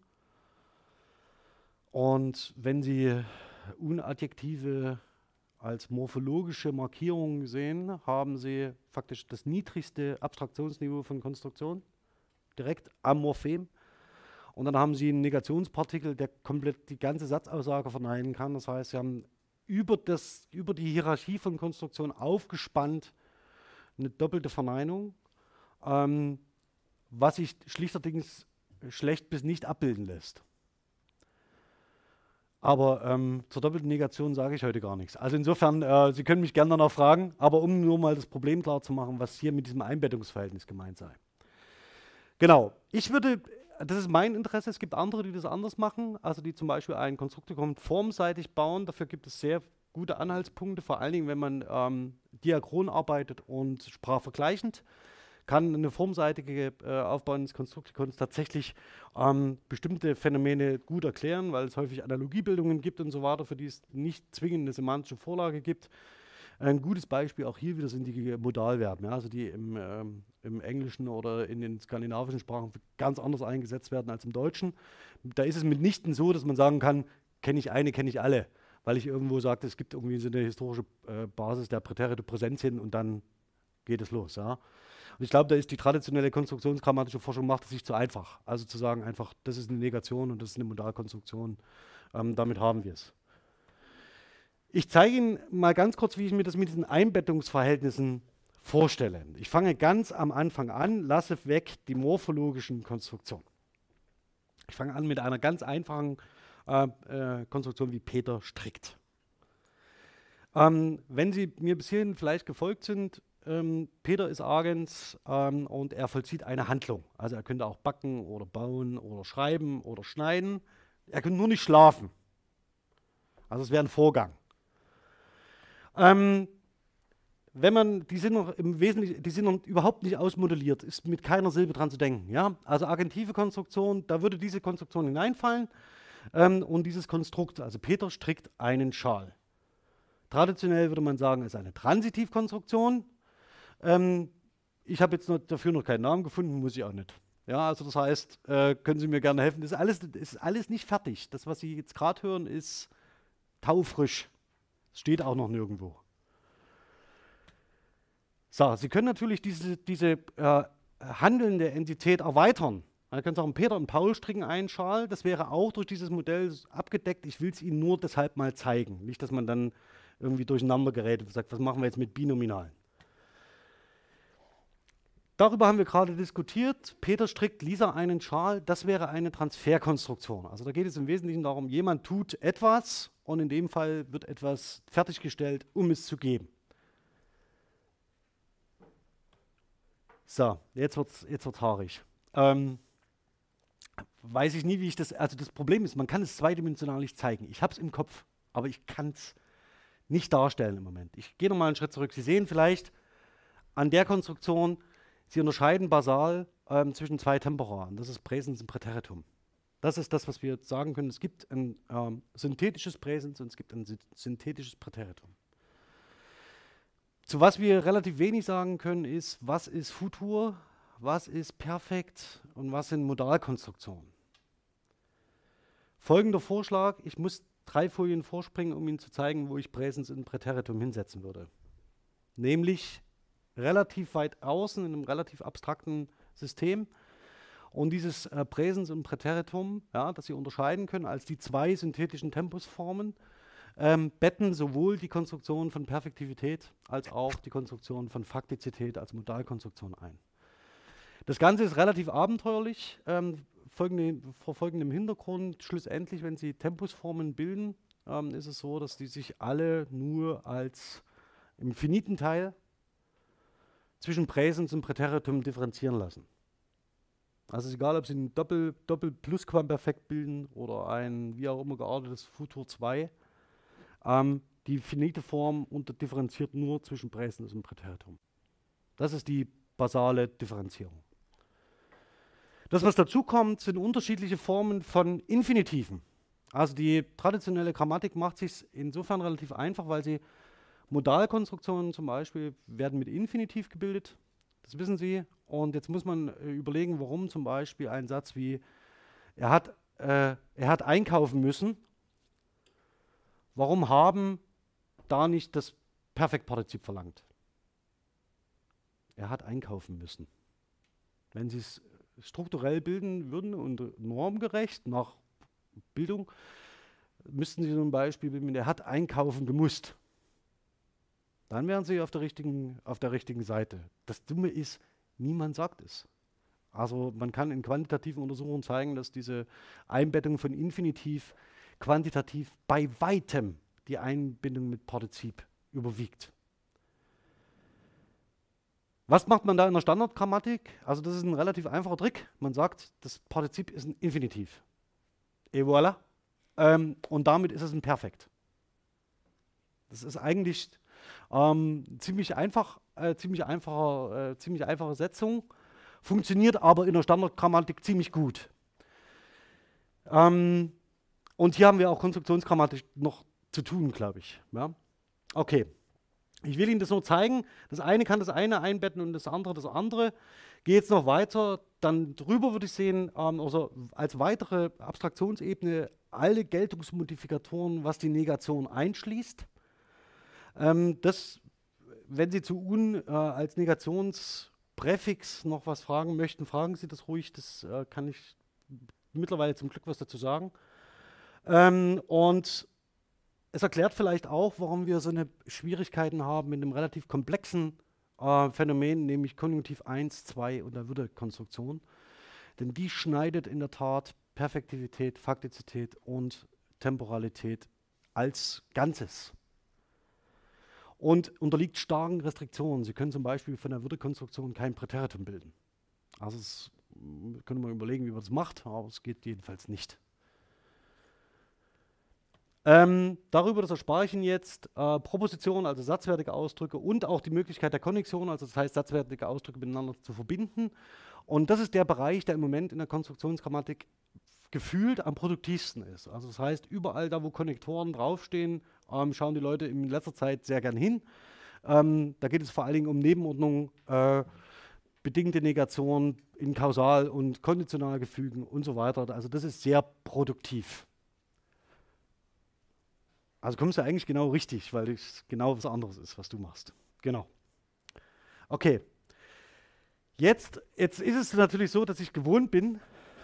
Und wenn Sie Unadjektive als morphologische Markierung sehen, haben Sie faktisch das niedrigste Abstraktionsniveau von Konstruktion, direkt am Morphem. Und dann haben Sie einen Negationspartikel, der komplett die ganze Satzaussage verneinen kann. Das heißt, Sie haben über die Hierarchie von Konstruktion aufgespannt eine doppelte Verneinung, was sich schlichterdings schlecht bis nicht abbilden lässt. Aber zur doppelten Negation sage ich heute gar nichts. Also insofern, Sie können mich gerne danach fragen, aber um nur mal das Problem klar zu machen, was hier mit diesem Einbettungsverhältnis gemeint sei. Genau, das ist mein Interesse, es gibt andere, die das anders machen, also die zum Beispiel ein Konstruktor formseitig bauen. Dafür gibt es sehr gute Anhaltspunkte, vor allen Dingen, wenn man diachron arbeitet und sprachvergleichend. Kann eine formseitige Aufbau eines Konstruktikons tatsächlich bestimmte Phänomene gut erklären, weil es häufig Analogiebildungen gibt und so weiter, für die es nicht zwingend eine semantische Vorlage gibt. Ein gutes Beispiel auch hier wieder sind die Modalverben, ja, also die im Englischen oder in den skandinavischen Sprachen ganz anders eingesetzt werden als im Deutschen. Da ist es mitnichten so, dass man sagen kann, kenne ich eine, kenne ich alle, weil ich irgendwo sagte, es gibt irgendwie so eine historische Basis der Präterite Präsentien und dann geht es los. Ja. Und ich glaube, da ist die traditionelle konstruktionsgrammatische Forschung macht es sich zu einfach. Also zu sagen einfach, das ist eine Negation und das ist eine Modalkonstruktion, damit haben wir es. Ich zeige Ihnen mal ganz kurz, wie ich mir das mit diesen Einbettungsverhältnissen vorstelle. Ich fange ganz am Anfang an, lasse weg die morphologischen Konstruktionen. Ich fange an mit einer ganz einfachen Konstruktion, wie Peter strickt. Wenn Sie mir bis hierhin vielleicht gefolgt sind, Peter ist Agens und er vollzieht eine Handlung. Also er könnte auch backen oder bauen oder schreiben oder schneiden. Er könnte nur nicht schlafen. Also es wäre ein Vorgang. Wenn man, die sind noch im Wesentlichen, die sind noch überhaupt nicht ausmodelliert, ist mit keiner Silbe dran zu denken. Ja? Also agentive Konstruktion, da würde diese Konstruktion hineinfallen und dieses Konstrukt, also Peter strickt einen Schal. Traditionell würde man sagen, es ist eine Transitivkonstruktion. Ich habe jetzt dafür noch keinen Namen gefunden, muss ich auch nicht. Ja, also das heißt, können Sie mir gerne helfen. Das ist alles nicht fertig. Das, was Sie jetzt gerade hören, ist taufrisch. Es steht auch noch nirgendwo. So, Sie können natürlich diese handelnde Entität erweitern. Man könnte sagen, Peter und Paul stricken einen Schal. Das wäre auch durch dieses Modell abgedeckt. Ich will es Ihnen nur deshalb mal zeigen. Nicht, dass man dann irgendwie durcheinander gerät und sagt, was machen wir jetzt mit Binominalen? Darüber haben wir gerade diskutiert. Peter strickt Lisa einen Schal. Das wäre eine Transferkonstruktion. Also da geht es im Wesentlichen darum, jemand tut etwas und in dem Fall wird etwas fertiggestellt, um es zu geben. So, jetzt wird's haarig. Weiß ich nie, wie ich das. Also das Problem ist, man kann es zweidimensional nicht zeigen. Ich habe es im Kopf, aber ich kann es nicht darstellen im Moment. Ich gehe nochmal einen Schritt zurück. Sie sehen vielleicht an der Konstruktion, Sie unterscheiden basal zwischen zwei Temporaren. Das ist Präsens und Präteritum. Das ist das, was wir jetzt sagen können. Es gibt ein synthetisches Präsens und es gibt ein synthetisches Präteritum. Zu was wir relativ wenig sagen können, ist, was ist Futur, was ist Perfekt und was sind Modalkonstruktionen. Folgender Vorschlag, ich muss 3 Folien vorspringen, um Ihnen zu zeigen, wo ich Präsens und Präteritum hinsetzen würde. Nämlich relativ weit außen in einem relativ abstrakten System. Und dieses Präsens und Präteritum, ja, das Sie unterscheiden können als die 2 synthetischen Tempusformen, betten sowohl die Konstruktion von Perfektivität als auch die Konstruktion von Faktizität als Modalkonstruktion ein. Das Ganze ist relativ abenteuerlich, vor folgendem Hintergrund. Schlussendlich, wenn Sie Tempusformen bilden, ist es so, dass die sich alle nur als im finiten Teil zwischen Präsens und Präteritum differenzieren lassen. Also es ist egal, ob Sie ein Doppel-Plusquamperfekt bilden oder ein wie auch immer geartetes Futur 2. Die finite Form differenziert nur zwischen Präsens und Präteritum. Das ist die basale Differenzierung. Das, was dazu kommt, sind unterschiedliche Formen von Infinitiven. Also die traditionelle Grammatik macht sich insofern relativ einfach, weil sie Modalkonstruktionen zum Beispiel werden mit Infinitiv gebildet. Das wissen Sie. Und jetzt muss man überlegen, warum zum Beispiel ein Satz wie er hat einkaufen müssen. Warum haben da nicht das Perfektpartizip verlangt? Er hat einkaufen müssen. Wenn Sie es strukturell bilden würden und normgerecht nach Bildung, müssten Sie zum Beispiel bilden, er hat einkaufen gemusst. Dann wären Sie auf der richtigen Seite. Das Dumme ist, niemand sagt es. Also man kann in quantitativen Untersuchungen zeigen, dass diese Einbettung von Infinitiv quantitativ bei weitem die Einbindung mit Partizip überwiegt. Was macht man da in der Standardgrammatik? Also das ist ein relativ einfacher Trick. Man sagt, das Partizip ist ein Infinitiv. Et voilà. Und damit ist es ein Perfekt. Das ist eigentlich ziemlich einfache Setzung, funktioniert aber in der Standardgrammatik ziemlich gut. Und hier haben wir auch konstruktionsgrammatisch noch zu tun, glaube ich. Ja? Okay. Ich will Ihnen das nur zeigen. Das eine kann das eine einbetten und das andere. Gehe jetzt noch weiter. Dann drüber würde ich sehen, also als weitere Abstraktionsebene alle Geltungsmodifikatoren, was die Negation einschließt. Das, wenn Sie zu als Negationspräfix noch was fragen möchten, fragen Sie das ruhig. Das kann ich mittlerweile zum Glück was dazu sagen. Und es erklärt vielleicht auch, warum wir so eine Schwierigkeiten haben mit einem relativ komplexen Phänomen, nämlich Konjunktiv 1, 2 und der Würde-Konstruktion. Denn die schneidet in der Tat Perfektivität, Faktizität und Temporalität als Ganzes. Und unterliegt starken Restriktionen. Sie können zum Beispiel von der Würde-Konstruktion kein Präteritum bilden. Also können wir überlegen, wie man das macht, aber es geht jedenfalls nicht. Darüber, das erspare ich Ihnen jetzt, Propositionen, also satzwertige Ausdrücke und auch die Möglichkeit der Konnexion, also das heißt, satzwertige Ausdrücke miteinander zu verbinden. Und das ist der Bereich, der im Moment in der Konstruktionsgrammatik gefühlt am produktivsten ist. Also das heißt, überall da, wo Konnektoren draufstehen, schauen die Leute in letzter Zeit sehr gern hin. Da geht es vor allen Dingen um Nebenordnung, bedingte Negation in Kausal- und Konditionalgefügen und so weiter. Also das ist sehr produktiv. Also kommst du eigentlich genau richtig, weil es genau was anderes ist, was du machst. Genau. Okay. Jetzt ist es natürlich so, dass ich gewohnt bin,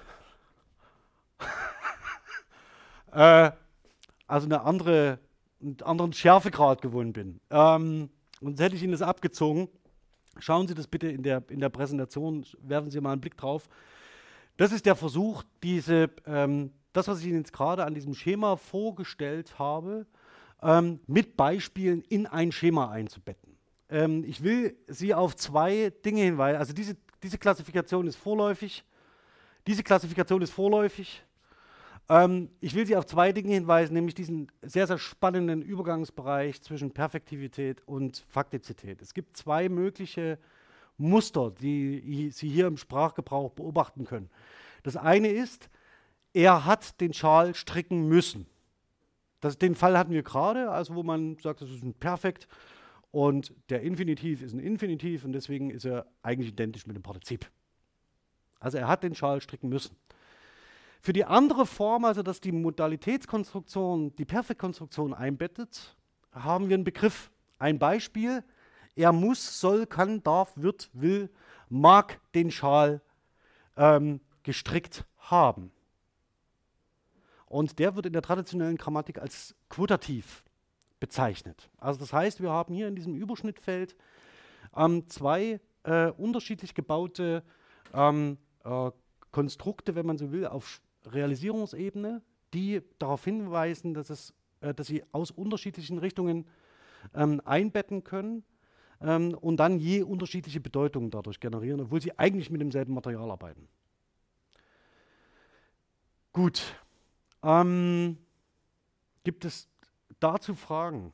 also einen anderen Schärfegrad gewohnt bin. Und jetzt hätte ich Ihnen das abgezogen. Schauen Sie das bitte in der Präsentation, werfen Sie mal einen Blick drauf. Das ist der Versuch, das, was ich Ihnen jetzt gerade an diesem Schema vorgestellt habe, mit Beispielen in ein Schema einzubetten. Ich will Sie auf zwei Dinge hinweisen. Also diese Klassifikation ist vorläufig. Diese Klassifikation ist vorläufig. Ich will Sie auf zwei Dinge hinweisen, nämlich diesen sehr, sehr spannenden Übergangsbereich zwischen Perfektivität und Faktizität. Es gibt zwei mögliche Muster, die Sie hier im Sprachgebrauch beobachten können. Das eine ist, er hat den Schal stricken müssen. Den Fall hatten wir gerade, also wo man sagt, das ist ein Perfekt und der Infinitiv ist ein Infinitiv und deswegen ist er eigentlich identisch mit dem Partizip. Also er hat den Schal stricken müssen. Für die andere Form, also dass die Modalitätskonstruktion die Perfektkonstruktion einbettet, haben wir einen Begriff. Ein Beispiel: Er muss, soll, kann, darf, wird, will, mag den Schal gestrickt haben. Und der wird in der traditionellen Grammatik als quotativ bezeichnet. Also das heißt, wir haben hier in diesem Überschnittfeld zwei unterschiedlich gebaute Konstrukte, wenn man so will, auf Realisierungsebene, die darauf hinweisen, dass sie aus unterschiedlichen Richtungen einbetten können und dann je unterschiedliche Bedeutungen dadurch generieren, obwohl sie eigentlich mit demselben Material arbeiten. Gut. Gibt es dazu Fragen?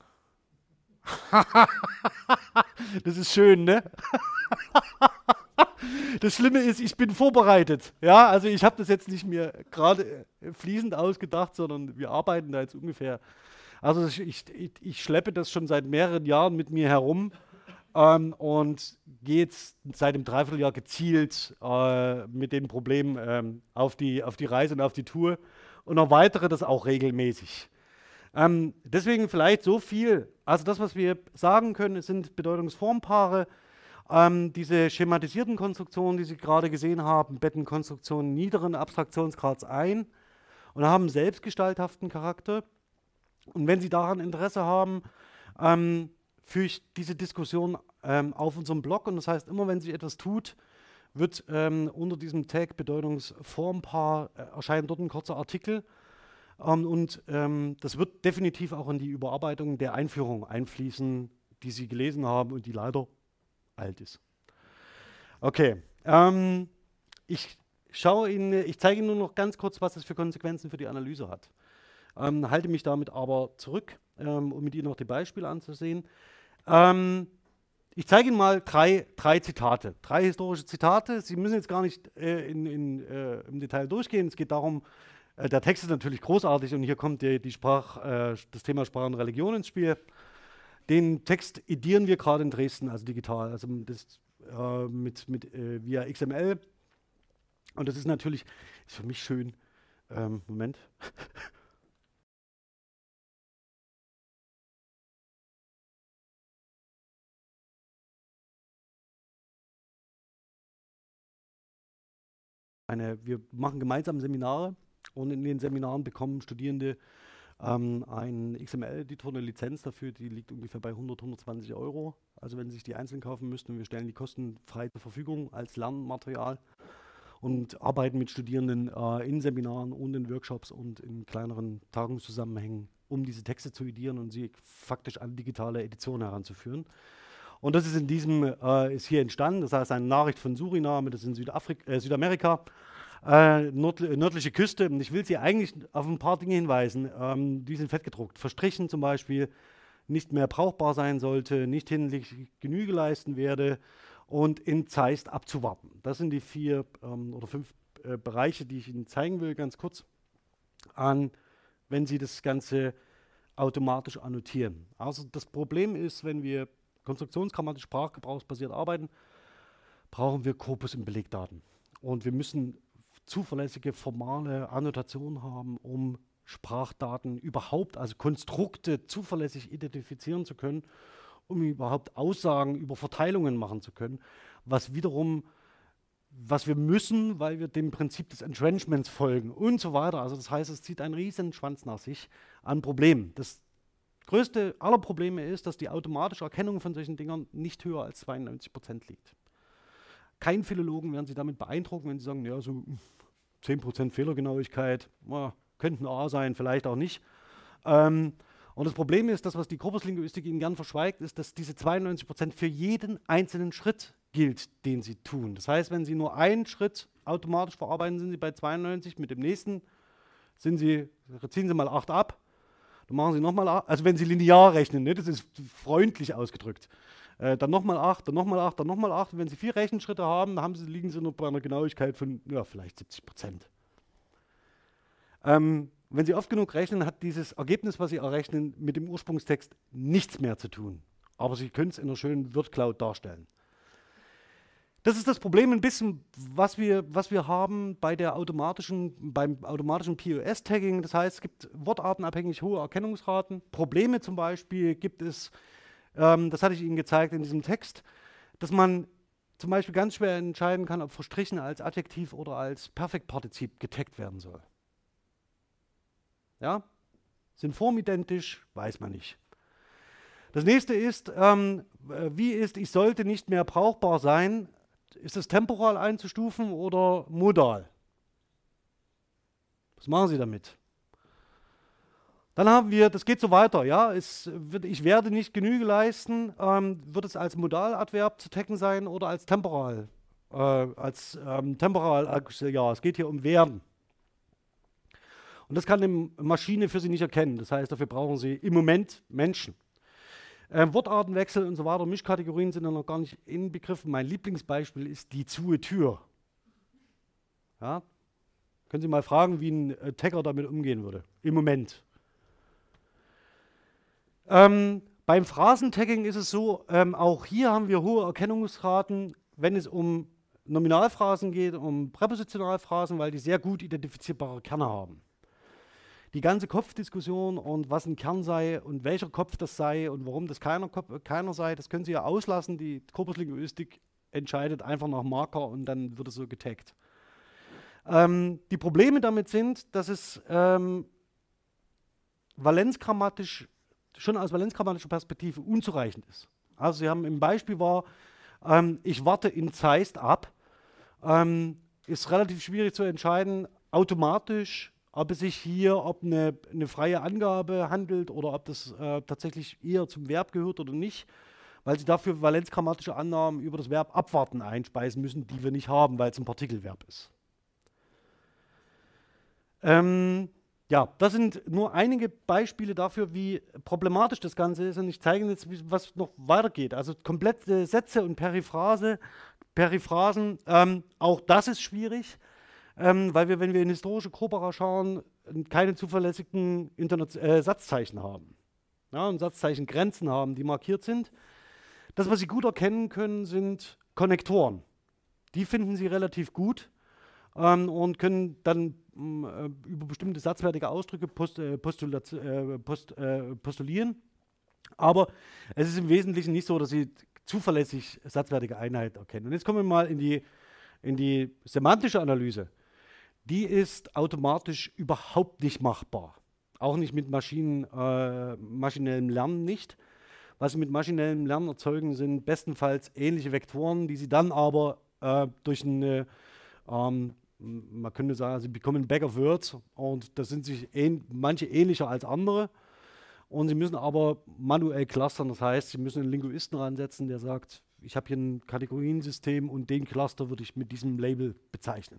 Das ist schön, ne? Das Schlimme ist, ich bin vorbereitet. Ja, also ich habe das jetzt nicht mir gerade fließend ausgedacht, sondern wir arbeiten da jetzt ungefähr. Also ich schleppe das schon seit mehreren Jahren mit mir herum und gehe jetzt seit einem Dreivierteljahr gezielt mit den Problemen auf die Reise und auf die Tour und erweitere das auch regelmäßig. Deswegen vielleicht so viel. Also das, was wir sagen können, sind Bedeutungsformpaare. Diese schematisierten Konstruktionen, die Sie gerade gesehen haben, betten Konstruktionen niederen Abstraktionsgrads ein und haben selbstgestalthaften Charakter. Und wenn Sie daran Interesse haben, führe ich diese Diskussion auf unserem Blog. Und das heißt, immer wenn sich etwas tut, wird unter diesem Tag Bedeutungsformpaar erscheint dort ein kurzer Artikel. Das wird definitiv auch in die Überarbeitung der Einführung einfließen, die Sie gelesen haben und die leider alt ist. Okay, ich zeige Ihnen nur noch ganz kurz, was das für Konsequenzen für die Analyse hat. Halte mich damit aber zurück, um mit Ihnen noch die Beispiele anzusehen. Ich zeige Ihnen mal drei Zitate, drei historische Zitate. Sie müssen jetzt gar nicht im Detail durchgehen. Es geht darum, der Text ist natürlich großartig und hier kommt das Thema Sprache und Religion ins Spiel. Den Text edieren wir gerade in Dresden, also digital, also via XML. Und das ist natürlich, ist für mich schön. Moment. Wir machen gemeinsam Seminare und in den Seminaren bekommen Studierende einen XML-Editor, eine Lizenz dafür, die liegt ungefähr bei 120 €. Also wenn Sie sich die einzeln kaufen müssten, wir stellen die kostenfrei zur Verfügung als Lernmaterial und arbeiten mit Studierenden in Seminaren und in Workshops und in kleineren Tagungszusammenhängen, um diese Texte zu edieren und sie faktisch an digitale Edition heranzuführen. Und das ist ist hier entstanden, das heißt eine Nachricht von Suriname, das ist in Südamerika, nördliche Küste. Und ich will Sie eigentlich auf ein paar Dinge hinweisen, die sind fett gedruckt. Verstrichen zum Beispiel nicht mehr brauchbar sein sollte, nicht hinlänglich Genüge leisten werde und in Zeist abzuwarten. Das sind die 4 oder 5 Bereiche, die ich Ihnen zeigen will, ganz kurz, wenn Sie das Ganze automatisch annotieren. Also das Problem ist, wenn wir konstruktionsgrammatisch sprachgebrauchsbasiert arbeiten, brauchen wir Korpus und Belegdaten. Und wir müssen zuverlässige formale Annotationen haben, um Sprachdaten überhaupt, also Konstrukte zuverlässig identifizieren zu können, um überhaupt Aussagen über Verteilungen machen zu können, was wir müssen, weil wir dem Prinzip des Entrenchments folgen und so weiter. Also das heißt, es zieht einen riesen Schwanz nach sich an Problemen. Das größte aller Probleme ist, dass die automatische Erkennung von solchen Dingern nicht höher als 92% liegt. Kein Philologen werden Sie damit beeindrucken, wenn Sie sagen, ja, so 10% Fehlergenauigkeit, könnten A sein, vielleicht auch nicht. Und das Problem ist, das, was die Korpuslinguistik Ihnen gern verschweigt, ist, dass diese 92% für jeden einzelnen Schritt gilt, den Sie tun. Das heißt, wenn Sie nur einen Schritt automatisch verarbeiten, sind Sie bei 92, mit dem nächsten ziehen Sie mal 8 ab, dann machen Sie nochmal 8, also wenn Sie linear rechnen, ne, das ist freundlich ausgedrückt. Dann nochmal 8, dann nochmal 8, dann nochmal 8. Und wenn Sie 4 Rechenschritte haben, liegen Sie nur bei einer Genauigkeit von vielleicht 70%. Wenn Sie oft genug rechnen, hat dieses Ergebnis, was Sie errechnen, mit dem Ursprungstext nichts mehr zu tun. Aber Sie können es in einer schönen Word-Cloud darstellen. Das ist das Problem ein bisschen, was wir haben beim automatischen POS-Tagging. Das heißt, es gibt wortartenabhängig hohe Erkennungsraten. Probleme zum Beispiel gibt es, das hatte ich Ihnen gezeigt in diesem Text, dass man zum Beispiel ganz schwer entscheiden kann, ob verstrichen als Adjektiv oder als Perfektpartizip getaggt werden soll. Ja? Sind formidentisch, weiß man nicht. Das nächste ist, ich sollte nicht mehr brauchbar sein. Ist es temporal einzustufen oder modal? Was machen Sie damit? Dann haben wir, das geht so weiter, ja, ich werde nicht Genüge leisten, wird es als Modaladverb zu taggen sein oder als temporal? Ja, es geht hier um werden. Und das kann eine Maschine für Sie nicht erkennen. Das heißt, dafür brauchen Sie im Moment Menschen. Wortartenwechsel und so weiter, Mischkategorien sind da noch gar nicht inbegriffen. Mein Lieblingsbeispiel ist die zu Tür. Ja? Können Sie mal fragen, wie ein Tagger damit umgehen würde, im Moment. Beim Phrasentagging ist es so, auch hier haben wir hohe Erkennungsraten, wenn es um Nominalphrasen geht, um Präpositionalphrasen, weil die sehr gut identifizierbare Kerne haben. Die ganze Kopfdiskussion und was ein Kern sei und welcher Kopf das sei und warum das keiner sei, das können Sie ja auslassen. Die Korpuslinguistik entscheidet einfach nach Marker und dann wird es so getaggt. Die Probleme damit sind, dass es valenzgrammatisch, schon aus valenzgrammatischer Perspektive unzureichend ist. Also Sie haben im Beispiel war, ich warte in Zeist ab, ist relativ schwierig zu entscheiden, automatisch, ob es sich hier eine freie Angabe handelt oder ob das tatsächlich eher zum Verb gehört oder nicht, weil Sie dafür valenzgrammatische Annahmen über das Verb abwarten einspeisen müssen, die wir nicht haben, weil es ein Partikelverb ist. Ja, das sind nur einige Beispiele dafür, wie problematisch das Ganze ist. Und ich zeige Ihnen jetzt, was noch weitergeht. Also komplette Sätze und Periphrasen, auch das ist schwierig, weil wir, wenn wir in historische Corpora schauen, keine zuverlässigen Satzzeichen haben. Ja, und Satzzeichengrenzen haben, die markiert sind. Das, was Sie gut erkennen können, sind Konnektoren. Die finden Sie relativ gut. Und können dann über bestimmte satzwertige Ausdrücke postulieren. Aber es ist im Wesentlichen nicht so, dass Sie zuverlässig satzwertige Einheiten erkennen. Und jetzt kommen wir mal in die semantische Analyse. Die ist automatisch überhaupt nicht machbar. Auch nicht mit maschinellem Lernen nicht. Was Sie mit maschinellem Lernen erzeugen, sind bestenfalls ähnliche Vektoren, die Sie dann aber durch eine man könnte sagen, sie bekommen Bag of Words und das sind sich manche ähnlicher als andere. Und sie müssen aber manuell clustern, das heißt, sie müssen einen Linguisten ransetzen, der sagt, ich habe hier ein Kategoriensystem und den Cluster würde ich mit diesem Label bezeichnen.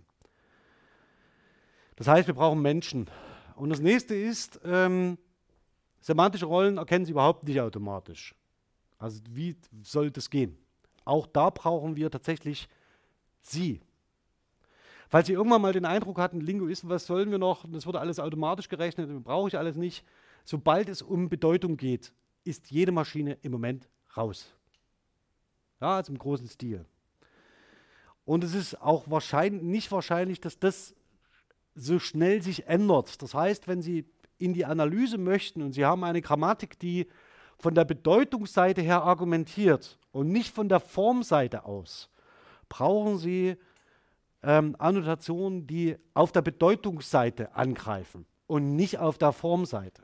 Das heißt, wir brauchen Menschen. Und das nächste ist, semantische Rollen erkennen Sie überhaupt nicht automatisch. Also wie soll das gehen? Auch da brauchen wir tatsächlich Sie. Falls Sie irgendwann mal den Eindruck hatten, Linguisten, was sollen wir noch? Das wurde alles automatisch gerechnet, brauche ich alles nicht. Sobald es um Bedeutung geht, ist jede Maschine im Moment raus. Ja, also im großen Stil. Und es ist auch nicht wahrscheinlich, dass das so schnell sich ändert. Das heißt, wenn Sie in die Analyse möchten und Sie haben eine Grammatik, die von der Bedeutungsseite her argumentiert und nicht von der Formseite aus, brauchen Sie Annotationen, die auf der Bedeutungsseite angreifen und nicht auf der Formseite.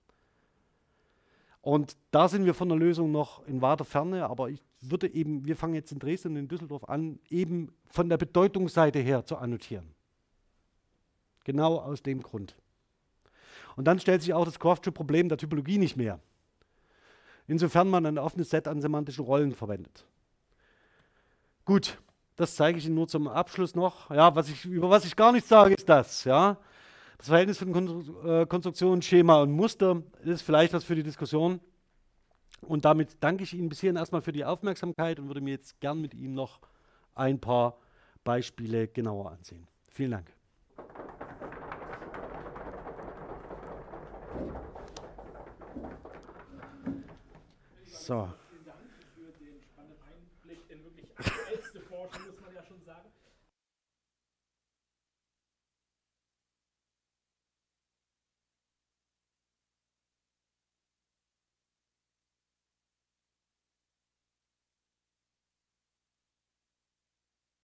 Und da sind wir von der Lösung noch in weiter Ferne, aber wir fangen jetzt in Dresden und in Düsseldorf an, eben von der Bedeutungsseite her zu annotieren. Genau aus dem Grund. Und dann stellt sich auch das Croftsche Problem der Typologie nicht mehr. Insofern man ein offenes Set an semantischen Rollen verwendet. Gut. Das zeige ich Ihnen nur zum Abschluss noch. Ja, über was ich gar nicht sage, ist das. Ja? Das Verhältnis von Konstruktion, Schema und Muster ist vielleicht was für die Diskussion. Und damit danke ich Ihnen bis hierhin erstmal für die Aufmerksamkeit und würde mir jetzt gern mit Ihnen noch ein paar Beispiele genauer ansehen. Vielen Dank. So.